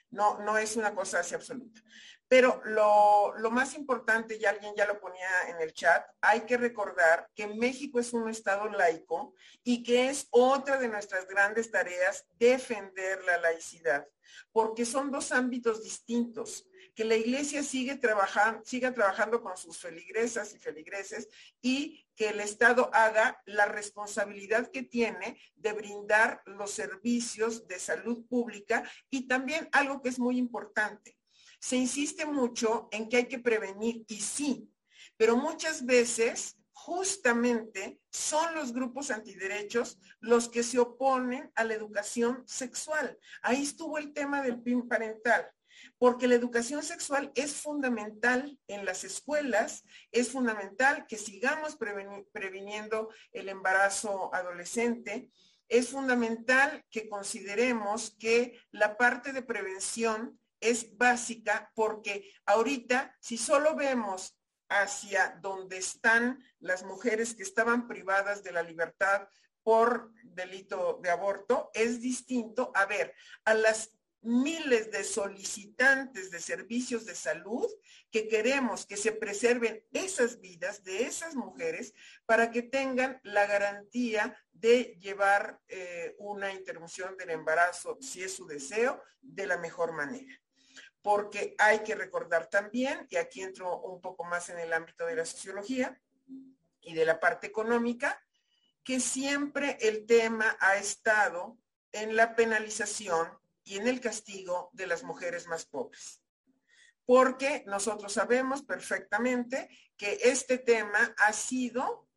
No, no es una cosa así absoluta. Pero lo, lo más importante, y alguien ya lo ponía en el chat, hay que recordar que México es un estado laico y que es otra de nuestras grandes tareas defender la laicidad, porque son dos ámbitos distintos, que la iglesia sigue trabajando, siga trabajando con sus feligresas y feligreses y que el Estado haga la responsabilidad que tiene de brindar los servicios de salud pública y también algo que es muy importante. Se insiste mucho en que hay que prevenir, y sí, pero muchas veces justamente son los grupos antiderechos los que se oponen a la educación sexual. Ahí estuvo el tema del P I N parental, porque la educación sexual es fundamental en las escuelas, es fundamental que sigamos previniendo el embarazo adolescente, es fundamental que consideremos que la parte de prevención es básica, porque ahorita si solo vemos hacia donde están las mujeres que estaban privadas de la libertad por delito de aborto, es distinto a ver a las miles de solicitantes de servicios de salud que queremos que se preserven esas vidas de esas mujeres para que tengan la garantía de llevar eh, una interrupción del embarazo, si es su deseo, de la mejor manera. Porque hay que recordar también, y aquí entro un poco más en el ámbito de la sociología y de la parte económica, que siempre el tema ha estado en la penalización y en el castigo de las mujeres más pobres. Porque nosotros sabemos perfectamente que este tema ha sido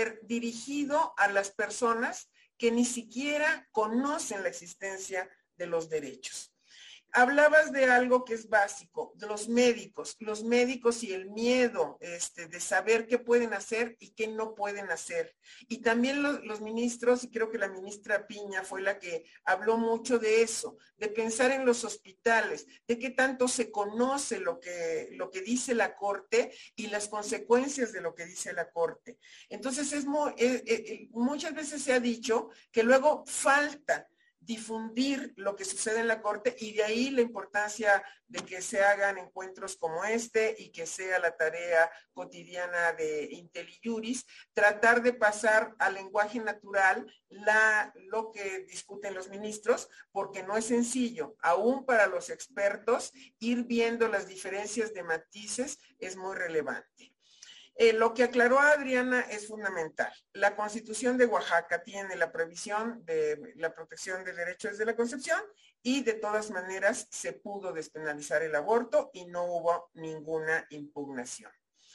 dirigido a las personas que ni siquiera conocen la existencia de los derechos. Hablabas de algo que es básico, de los médicos, los médicos y el miedo este, de saber qué pueden hacer y qué no pueden hacer. Y también los, los ministros, y creo que la ministra Piña fue la que habló mucho de eso, de pensar en los hospitales, de qué tanto se conoce lo que, lo que dice la Corte y las consecuencias de lo que dice la Corte. Entonces, es muy, eh, eh, muchas veces se ha dicho que luego falta difundir lo que sucede en la Corte, y de ahí la importancia de que se hagan encuentros como este y que sea la tarea cotidiana de IntelliJuris, tratar de pasar al lenguaje natural la, lo que discuten los ministros, porque no es sencillo, aún para los expertos, ir viendo las diferencias de matices es muy relevante. Eh, lo que aclaró Adriana es fundamental. La Constitución de Oaxaca tiene la previsión de la protección de derechos desde la concepción y de todas maneras se pudo despenalizar el aborto y no hubo ninguna impugnación.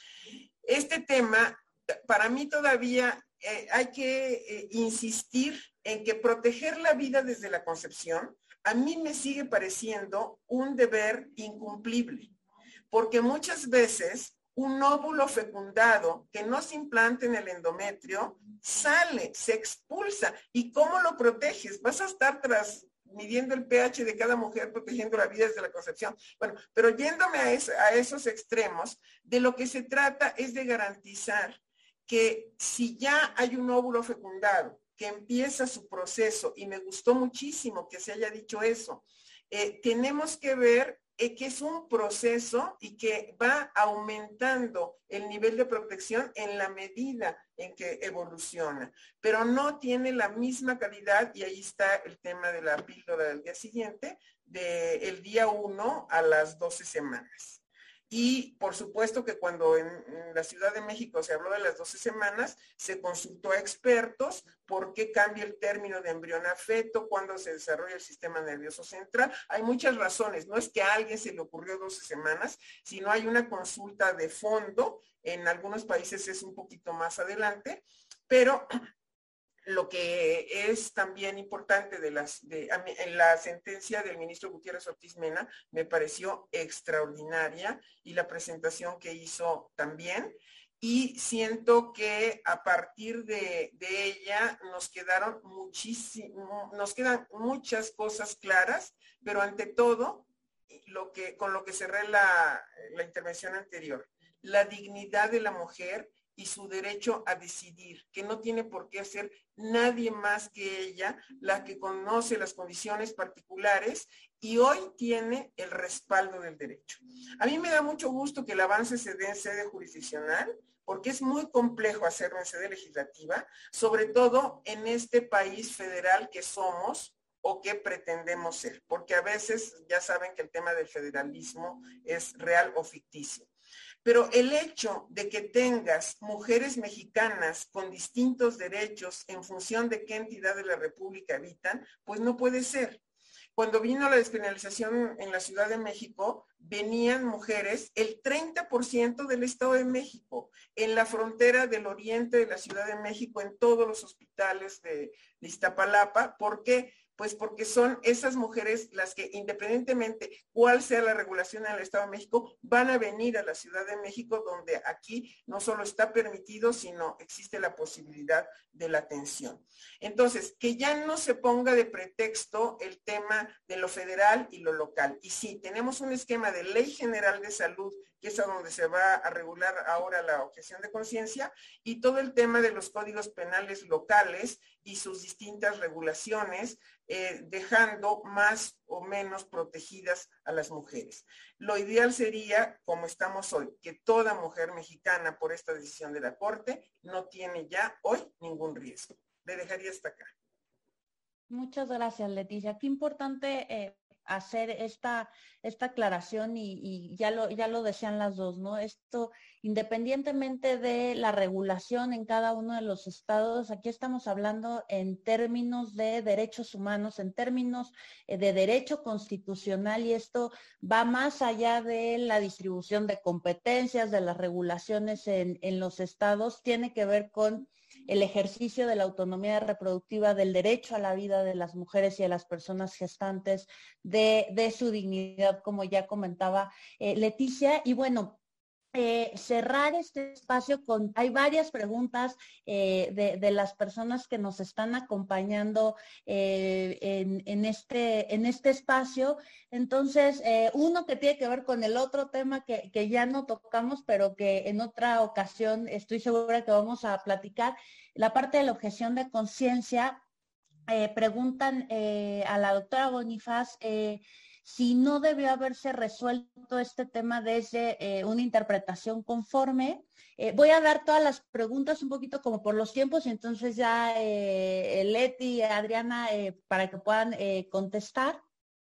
Este tema, para mí todavía eh, hay que eh, insistir en que proteger la vida desde la concepción a mí me sigue pareciendo un deber incumplible, porque muchas veces un óvulo fecundado que no se implanta en el endometrio sale, se expulsa. ¿Y cómo lo proteges? Vas a estar tras midiendo el pH de cada mujer, protegiendo la vida desde la concepción. Bueno, pero yéndome a, es, a esos extremos, de lo que se trata es de garantizar que si ya hay un óvulo fecundado que empieza su proceso, y me gustó muchísimo que se haya dicho eso, eh, tenemos que ver que es un proceso y que va aumentando el nivel de protección en la medida en que evoluciona, pero no tiene la misma calidad, y ahí está el tema de la píldora del día siguiente, del día uno a las doce semanas. Y por supuesto que cuando en, en la Ciudad de México se habló de las doce semanas, se consultó a expertos por qué cambia el término de embrión a feto, cuándo se desarrolla el sistema nervioso central. Hay muchas razones, no es que a alguien se le ocurrió doce semanas, sino hay una consulta de fondo. En algunos países es un poquito más adelante, pero lo que es también importante de las, de, en la sentencia del ministro Gutiérrez Ortiz Mena me pareció extraordinaria, y la presentación que hizo también, y siento que a partir de, de ella nos quedaron muchísimo, nos quedan muchas cosas claras, pero ante todo, lo que, con lo que cerré la, la intervención anterior, la dignidad de la mujer y su derecho a decidir, que no tiene por qué ser nadie más que ella la que conoce las condiciones particulares y hoy tiene el respaldo del derecho. A mí me da mucho gusto que el avance se dé en sede jurisdiccional, porque es muy complejo hacerlo en sede legislativa, sobre todo en este país federal que somos o que pretendemos ser, porque a veces ya saben que el tema del federalismo es real o ficticio. Pero el hecho de que tengas mujeres mexicanas con distintos derechos en función de qué entidad de la República habitan, pues no puede ser. Cuando vino la despenalización en la Ciudad de México, venían mujeres, el treinta por ciento del Estado de México, en la frontera del oriente de la Ciudad de México, en todos los hospitales de, de Iztapalapa. ¿Por qué? Pues porque son esas mujeres las que, independientemente cuál sea la regulación en el Estado de México, van a venir a la Ciudad de México, donde aquí no solo está permitido, sino existe la posibilidad de la atención. Entonces, que ya no se ponga de pretexto el tema de lo federal y lo local. Y sí, tenemos un esquema de Ley General de Salud, que es a donde se va a regular ahora la objeción de conciencia, y todo el tema de los códigos penales locales y sus distintas regulaciones, eh, dejando más o menos protegidas a las mujeres. Lo ideal sería, como estamos hoy, que toda mujer mexicana por esta decisión de la Corte no tiene ya hoy ningún riesgo. Le dejaría hasta acá. Muchas gracias, Leticia. Qué importante eh, hacer esta, esta aclaración y, y ya lo, ya lo decían las dos, ¿no? Esto, independientemente de la regulación en cada uno de los estados, aquí estamos hablando en términos de derechos humanos, en términos eh, de derecho constitucional, y esto va más allá de la distribución de competencias, de las regulaciones en, en los estados, tiene que ver con el ejercicio de la autonomía reproductiva, del derecho a la vida de las mujeres y de las personas gestantes, de, de su dignidad, como ya comentaba eh, Leticia. Y bueno, Eh, cerrar este espacio con, hay varias preguntas eh, de, de las personas que nos están acompañando eh, en, en, este, en este espacio. Entonces, eh, uno que tiene que ver con el otro tema que, que ya no tocamos, pero que en otra ocasión estoy segura que vamos a platicar, la parte de la objeción de conciencia. Eh, preguntan eh, a la doctora Bonifaz eh, si no debió haberse resuelto este tema desde eh, una interpretación conforme. Eh, voy a dar todas las preguntas un poquito como por los tiempos, y entonces ya eh, Leti y Adriana eh, para que puedan eh, contestar.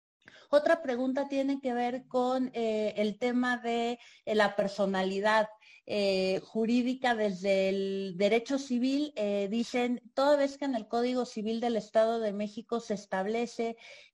Otra pregunta tiene que ver con eh, el tema de eh, la personalidad eh, jurídica desde el derecho civil. Eh, dicen, toda vez que en el Código Civil del Estado de México se establece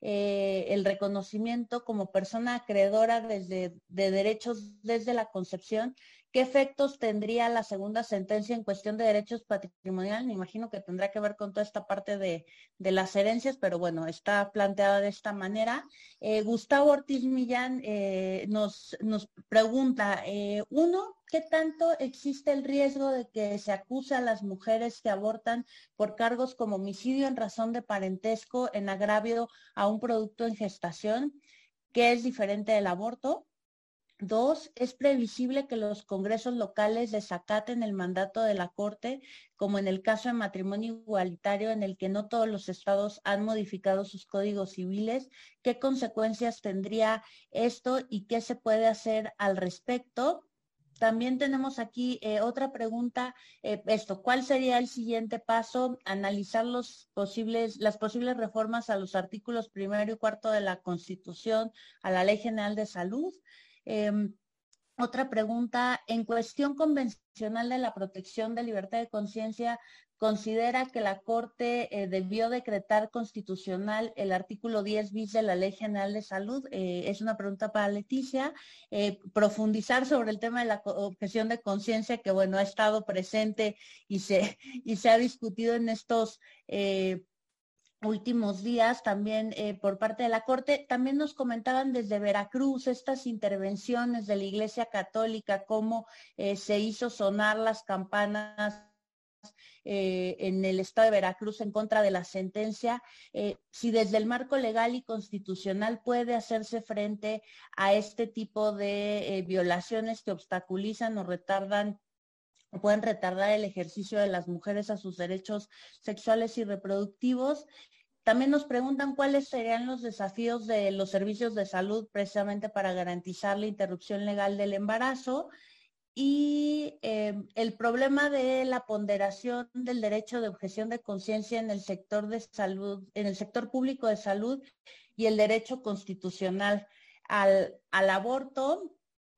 eh, el reconocimiento como persona acreedora desde, de derechos desde la concepción, ¿qué efectos tendría la segunda sentencia en cuestión de derechos patrimoniales? Me imagino que tendrá que ver con toda esta parte de, de las herencias, pero bueno, está planteada de esta manera. Eh, Gustavo Ortiz Millán eh, nos, nos pregunta, eh, uno, ¿qué tanto existe el riesgo de que se acuse a las mujeres que abortan por cargos como homicidio en razón de parentesco en agravio a un producto en gestación, que es diferente del aborto? Dos, ¿es previsible que los congresos locales desacaten el mandato de la Corte, como en el caso de matrimonio igualitario, en el que no todos los estados han modificado sus códigos civiles? ¿Qué consecuencias tendría esto y qué se puede hacer al respecto? También tenemos aquí eh, otra pregunta, eh, esto, ¿cuál sería el siguiente paso? Analizar los posibles, las posibles reformas a los artículos primero y cuarto de la Constitución, a la Ley General de Salud. Eh, otra pregunta, en cuestión convencional de la protección de libertad de conciencia, ¿considera que la Corte eh, debió decretar constitucional el artículo diez bis de la Ley General de Salud? Eh, es una pregunta para Leticia. Eh, profundizar sobre el tema de la objeción de conciencia, que bueno, ha estado presente y se, y se ha discutido en estos eh, últimos días también eh, por parte de la Corte. También nos comentaban desde Veracruz estas intervenciones de la Iglesia Católica, cómo eh, se hizo sonar las campanas eh, en el estado de Veracruz en contra de la sentencia. Eh, si desde el marco legal y constitucional puede hacerse frente a este tipo de eh, violaciones que obstaculizan o retardan pueden retardar el ejercicio de las mujeres a sus derechos sexuales y reproductivos. También nos preguntan cuáles serían los desafíos de los servicios de salud precisamente para garantizar la interrupción legal del embarazo y eh, el problema de la ponderación del derecho de objeción de conciencia en el sector de salud, en el sector público de salud y el derecho constitucional al, al aborto.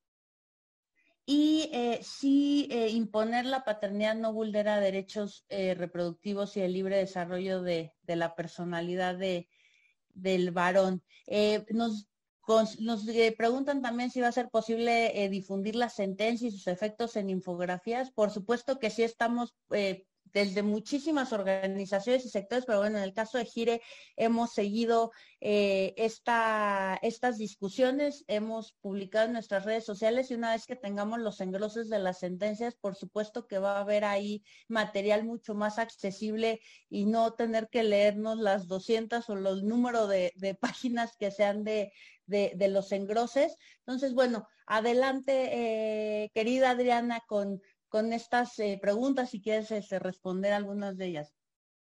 Y eh, si eh, imponer la paternidad no vulnera derechos eh, reproductivos y el libre desarrollo de, de la personalidad de, del varón. Eh, nos nos eh, preguntan también si va a ser posible eh, difundir la sentencia y sus efectos en infografías. Por supuesto que sí estamos eh, desde muchísimas organizaciones y sectores, pero bueno, en el caso de Gire hemos seguido eh, esta, estas discusiones, hemos publicado en nuestras redes sociales y una vez que tengamos los engroses de las sentencias, por supuesto que va a haber ahí material mucho más accesible y no tener que leernos las doscientas o los números de, de páginas que sean de, de, de los engroses. Entonces, bueno, adelante, eh, querida Adriana, con con estas eh, preguntas, si quieres este, responder algunas de ellas.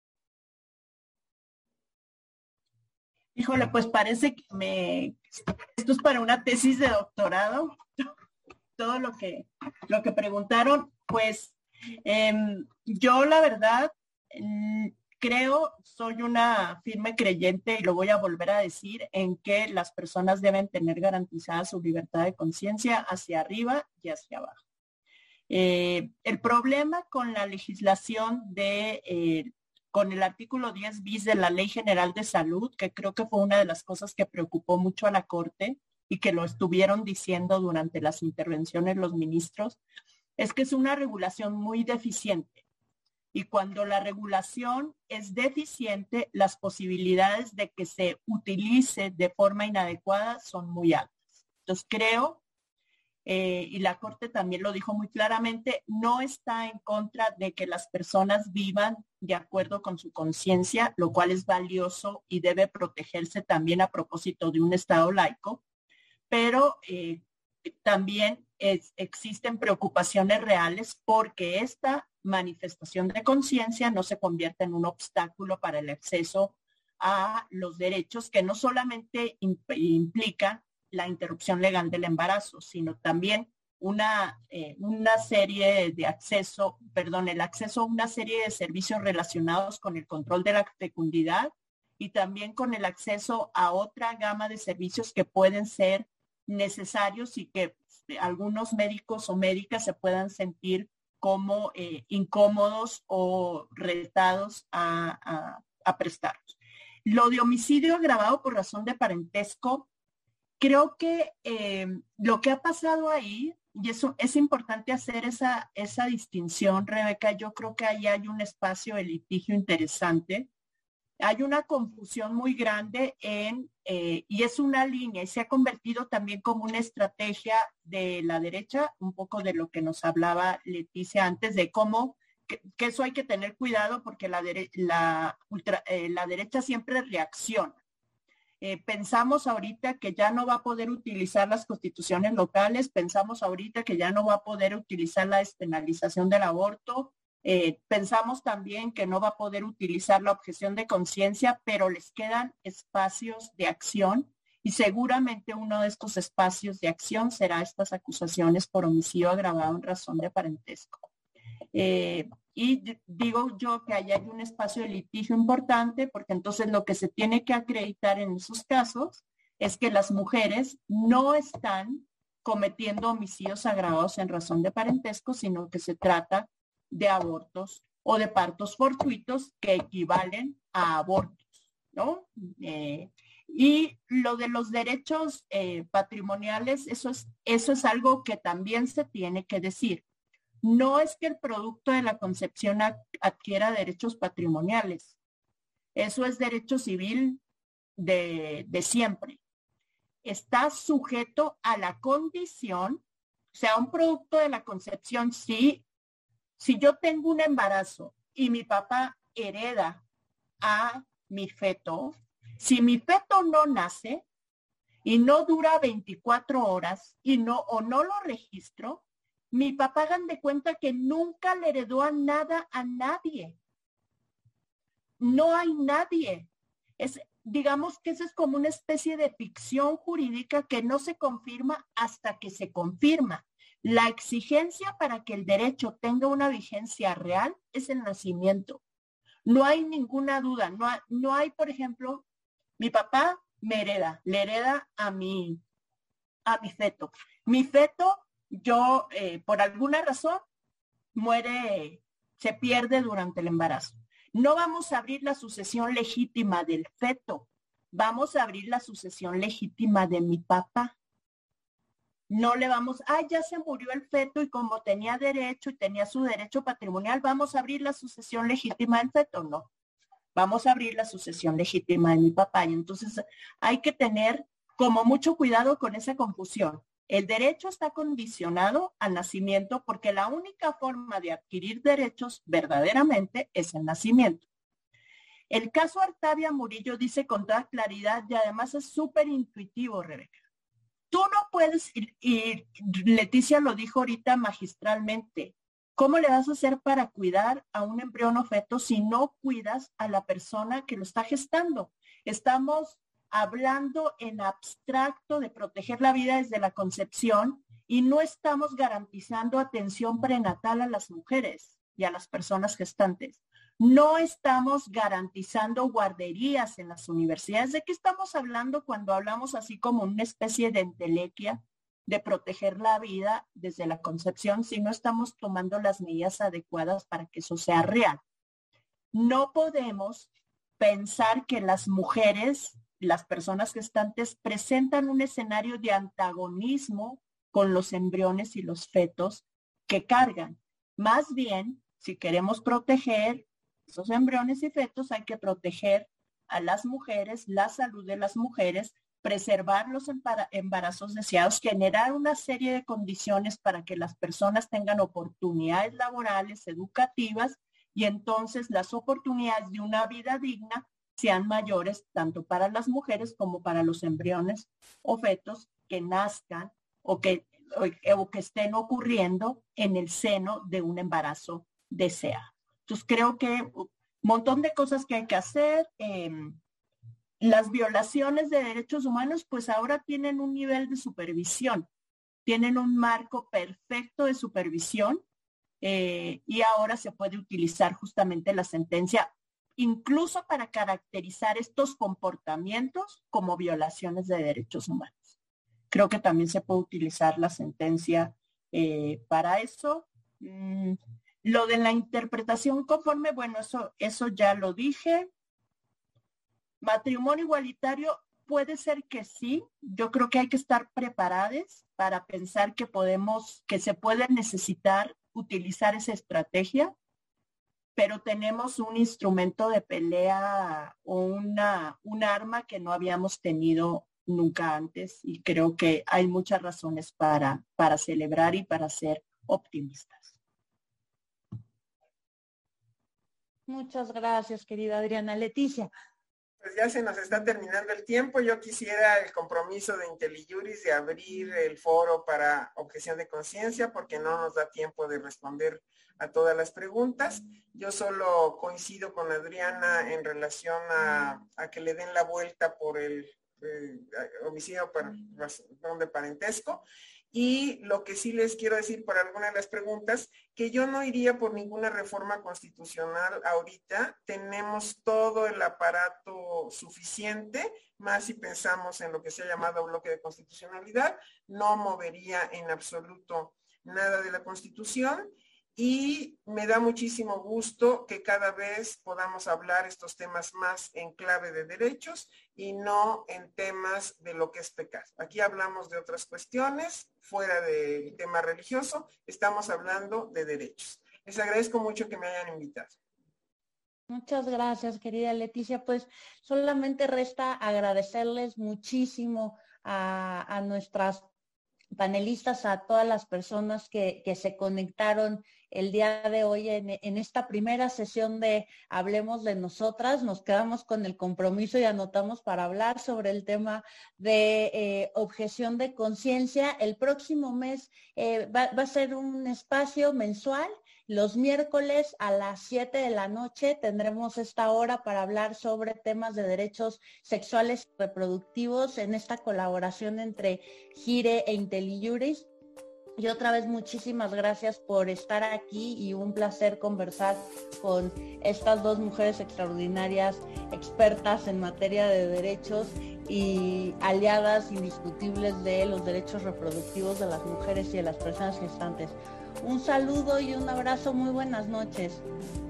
Híjole, pues parece que me esto es para una tesis de doctorado. Todo lo que lo que preguntaron, pues eh, yo la verdad eh, creo, soy una firme creyente y lo voy a volver a decir en que las personas deben tener garantizada su libertad de conciencia hacia arriba y hacia abajo. Eh, el problema con la legislación de, eh, con el artículo diez bis de la Ley General de Salud, que creo que fue una de las cosas que preocupó mucho a la Corte y que lo estuvieron diciendo durante las intervenciones los ministros, es que es una regulación muy deficiente. Y cuando la regulación es deficiente, las posibilidades de que se utilice de forma inadecuada son muy altas. Entonces creo Eh, y la Corte también lo dijo muy claramente, no está en contra de que las personas vivan de acuerdo con su conciencia, lo cual es valioso y debe protegerse también a propósito de un Estado laico, pero eh, también es, existen preocupaciones reales porque esta manifestación de conciencia no se convierta en un obstáculo para el acceso a los derechos que no solamente imp- implican la interrupción legal del embarazo, sino también una, eh, una serie de acceso, perdón, el acceso a una serie de servicios relacionados con el control de la fecundidad y también con el acceso a otra gama de servicios que pueden ser necesarios y que algunos médicos o médicas se puedan sentir como eh, incómodos o retados a, a, a prestarlos. Lo de homicidio agravado por razón de parentesco, creo que eh, lo que ha pasado ahí, y eso es importante hacer esa, esa distinción, Rebeca, yo creo que ahí hay un espacio de litigio interesante. Hay una confusión muy grande en, eh, y es una línea, y se ha convertido también como una estrategia de la derecha, un poco de lo que nos hablaba Leticia antes, de cómo, que, que eso hay que tener cuidado porque la, dere la, ultra, eh, la derecha siempre reacciona. Eh, pensamos ahorita que ya no va a poder utilizar las constituciones locales, pensamos ahorita que ya no va a poder utilizar la despenalización del aborto, eh, pensamos también que no va a poder utilizar la objeción de conciencia, pero les quedan espacios de acción y seguramente uno de estos espacios de acción será estas acusaciones por homicidio agravado en razón de parentesco. Eh, y digo yo que ahí hay un espacio de litigio importante porque entonces lo que se tiene que acreditar en esos casos es que las mujeres no están cometiendo homicidios agravados en razón de parentesco, sino que se trata de abortos o de partos fortuitos que equivalen a abortos, ¿no? Eh, y lo de los derechos eh, patrimoniales, eso es, eso es algo que también se tiene que decir. No es que el producto de la concepción adquiera derechos patrimoniales. Eso es derecho civil de, de siempre. Está sujeto a la condición, o sea, un producto de la concepción, si, si yo tengo un embarazo y mi papá hereda a mi feto, si mi feto no nace y no dura veinticuatro horas y no, o no lo registro, Mi papá, hagan de cuenta que nunca le heredó a nada a nadie. No hay nadie. Es, digamos que eso es como una especie de ficción jurídica que no se confirma hasta que se confirma. La exigencia para que el derecho tenga una vigencia real es el nacimiento. No hay ninguna duda. No hay, no hay, por ejemplo, mi papá me hereda, le hereda a mi, a mi feto. Mi feto, yo, eh, por alguna razón, muere, se pierde durante el embarazo. No vamos a abrir la sucesión legítima del feto, vamos a abrir la sucesión legítima de mi papá. No le vamos, ah, ya se murió el feto y como tenía derecho y tenía su derecho patrimonial, vamos a abrir la sucesión legítima del feto. No, vamos a abrir la sucesión legítima de mi papá. Y entonces hay que tener como mucho cuidado con esa confusión. El derecho está condicionado al nacimiento porque la única forma de adquirir derechos verdaderamente es el nacimiento. El caso Artavia Murillo dice con toda claridad y además es súper intuitivo, Rebeca. Tú no puedes, y, y Leticia lo dijo ahorita magistralmente, ¿cómo le vas a hacer para cuidar a un embrión o feto si no cuidas a la persona que lo está gestando? Estamos hablando en abstracto de proteger la vida desde la concepción y no estamos garantizando atención prenatal a las mujeres y a las personas gestantes. No estamos garantizando guarderías en las universidades. ¿De qué estamos hablando cuando hablamos así como una especie de entelequia de proteger la vida desde la concepción si no estamos tomando las medidas adecuadas para que eso sea real? No podemos pensar que las mujeres, las personas gestantes, presentan un escenario de antagonismo con los embriones y los fetos que cargan. Más bien, si queremos proteger esos embriones y fetos, hay que proteger a las mujeres, la salud de las mujeres, preservar los embarazos deseados, generar una serie de condiciones para que las personas tengan oportunidades laborales, educativas, y entonces las oportunidades de una vida digna sean mayores tanto para las mujeres como para los embriones o fetos que nazcan o que, o, o que estén ocurriendo en el seno de un embarazo deseado. Entonces creo que un montón de cosas que hay que hacer. Eh, las violaciones de derechos humanos pues ahora tienen un nivel de supervisión, tienen un marco perfecto de supervisión eh, y ahora se puede utilizar justamente la sentencia incluso para caracterizar estos comportamientos como violaciones de derechos humanos. Creo que también se puede utilizar la sentencia eh, para eso. Mm, Lo de la interpretación conforme, bueno, eso, eso ya lo dije. Matrimonio igualitario, puede ser que sí. Yo creo que hay que estar preparados para pensar que podemos, que se puede necesitar utilizar esa estrategia, pero tenemos un instrumento de pelea o una, un arma que no habíamos tenido nunca antes y creo que hay muchas razones para, para celebrar y para ser optimistas. Muchas gracias, querida Adriana. Leticia. Pues ya se nos está terminando el tiempo. Yo quisiera el compromiso de IntelliJuris de abrir el foro para objeción de conciencia porque no nos da tiempo de responder a todas las preguntas. Yo solo coincido con Adriana en relación a, a que le den la vuelta por el eh, homicidio por razón de parentesco. Y lo que sí les quiero decir por alguna de las preguntas, que yo no iría por ninguna reforma constitucional ahorita. Tenemos todo el aparato suficiente, más si pensamos en lo que se ha llamado bloque de constitucionalidad. No movería en absoluto nada de la Constitución. Y me da muchísimo gusto que cada vez podamos hablar estos temas más en clave de derechos y no en temas de lo que es pecado. Aquí hablamos de otras cuestiones, fuera del tema religioso, estamos hablando de derechos. Les agradezco mucho que me hayan invitado. Muchas gracias, querida Leticia. Pues solamente resta agradecerles muchísimo a, a nuestras panelistas, a todas las personas que, que se conectaron el día de hoy en, en esta primera sesión de Hablemos de Nosotras. Nos quedamos con el compromiso y anotamos para hablar sobre el tema de eh, objeción de conciencia. El próximo mes eh, va, va a ser un espacio mensual. Los miércoles a las siete de la noche tendremos esta hora para hablar sobre temas de derechos sexuales y reproductivos en esta colaboración entre Gire e IntelliJuris. Y otra vez muchísimas gracias por estar aquí y un placer conversar con estas dos mujeres extraordinarias, expertas en materia de derechos y aliadas indiscutibles de los derechos reproductivos de las mujeres y de las personas gestantes. Un saludo y un abrazo, muy buenas noches.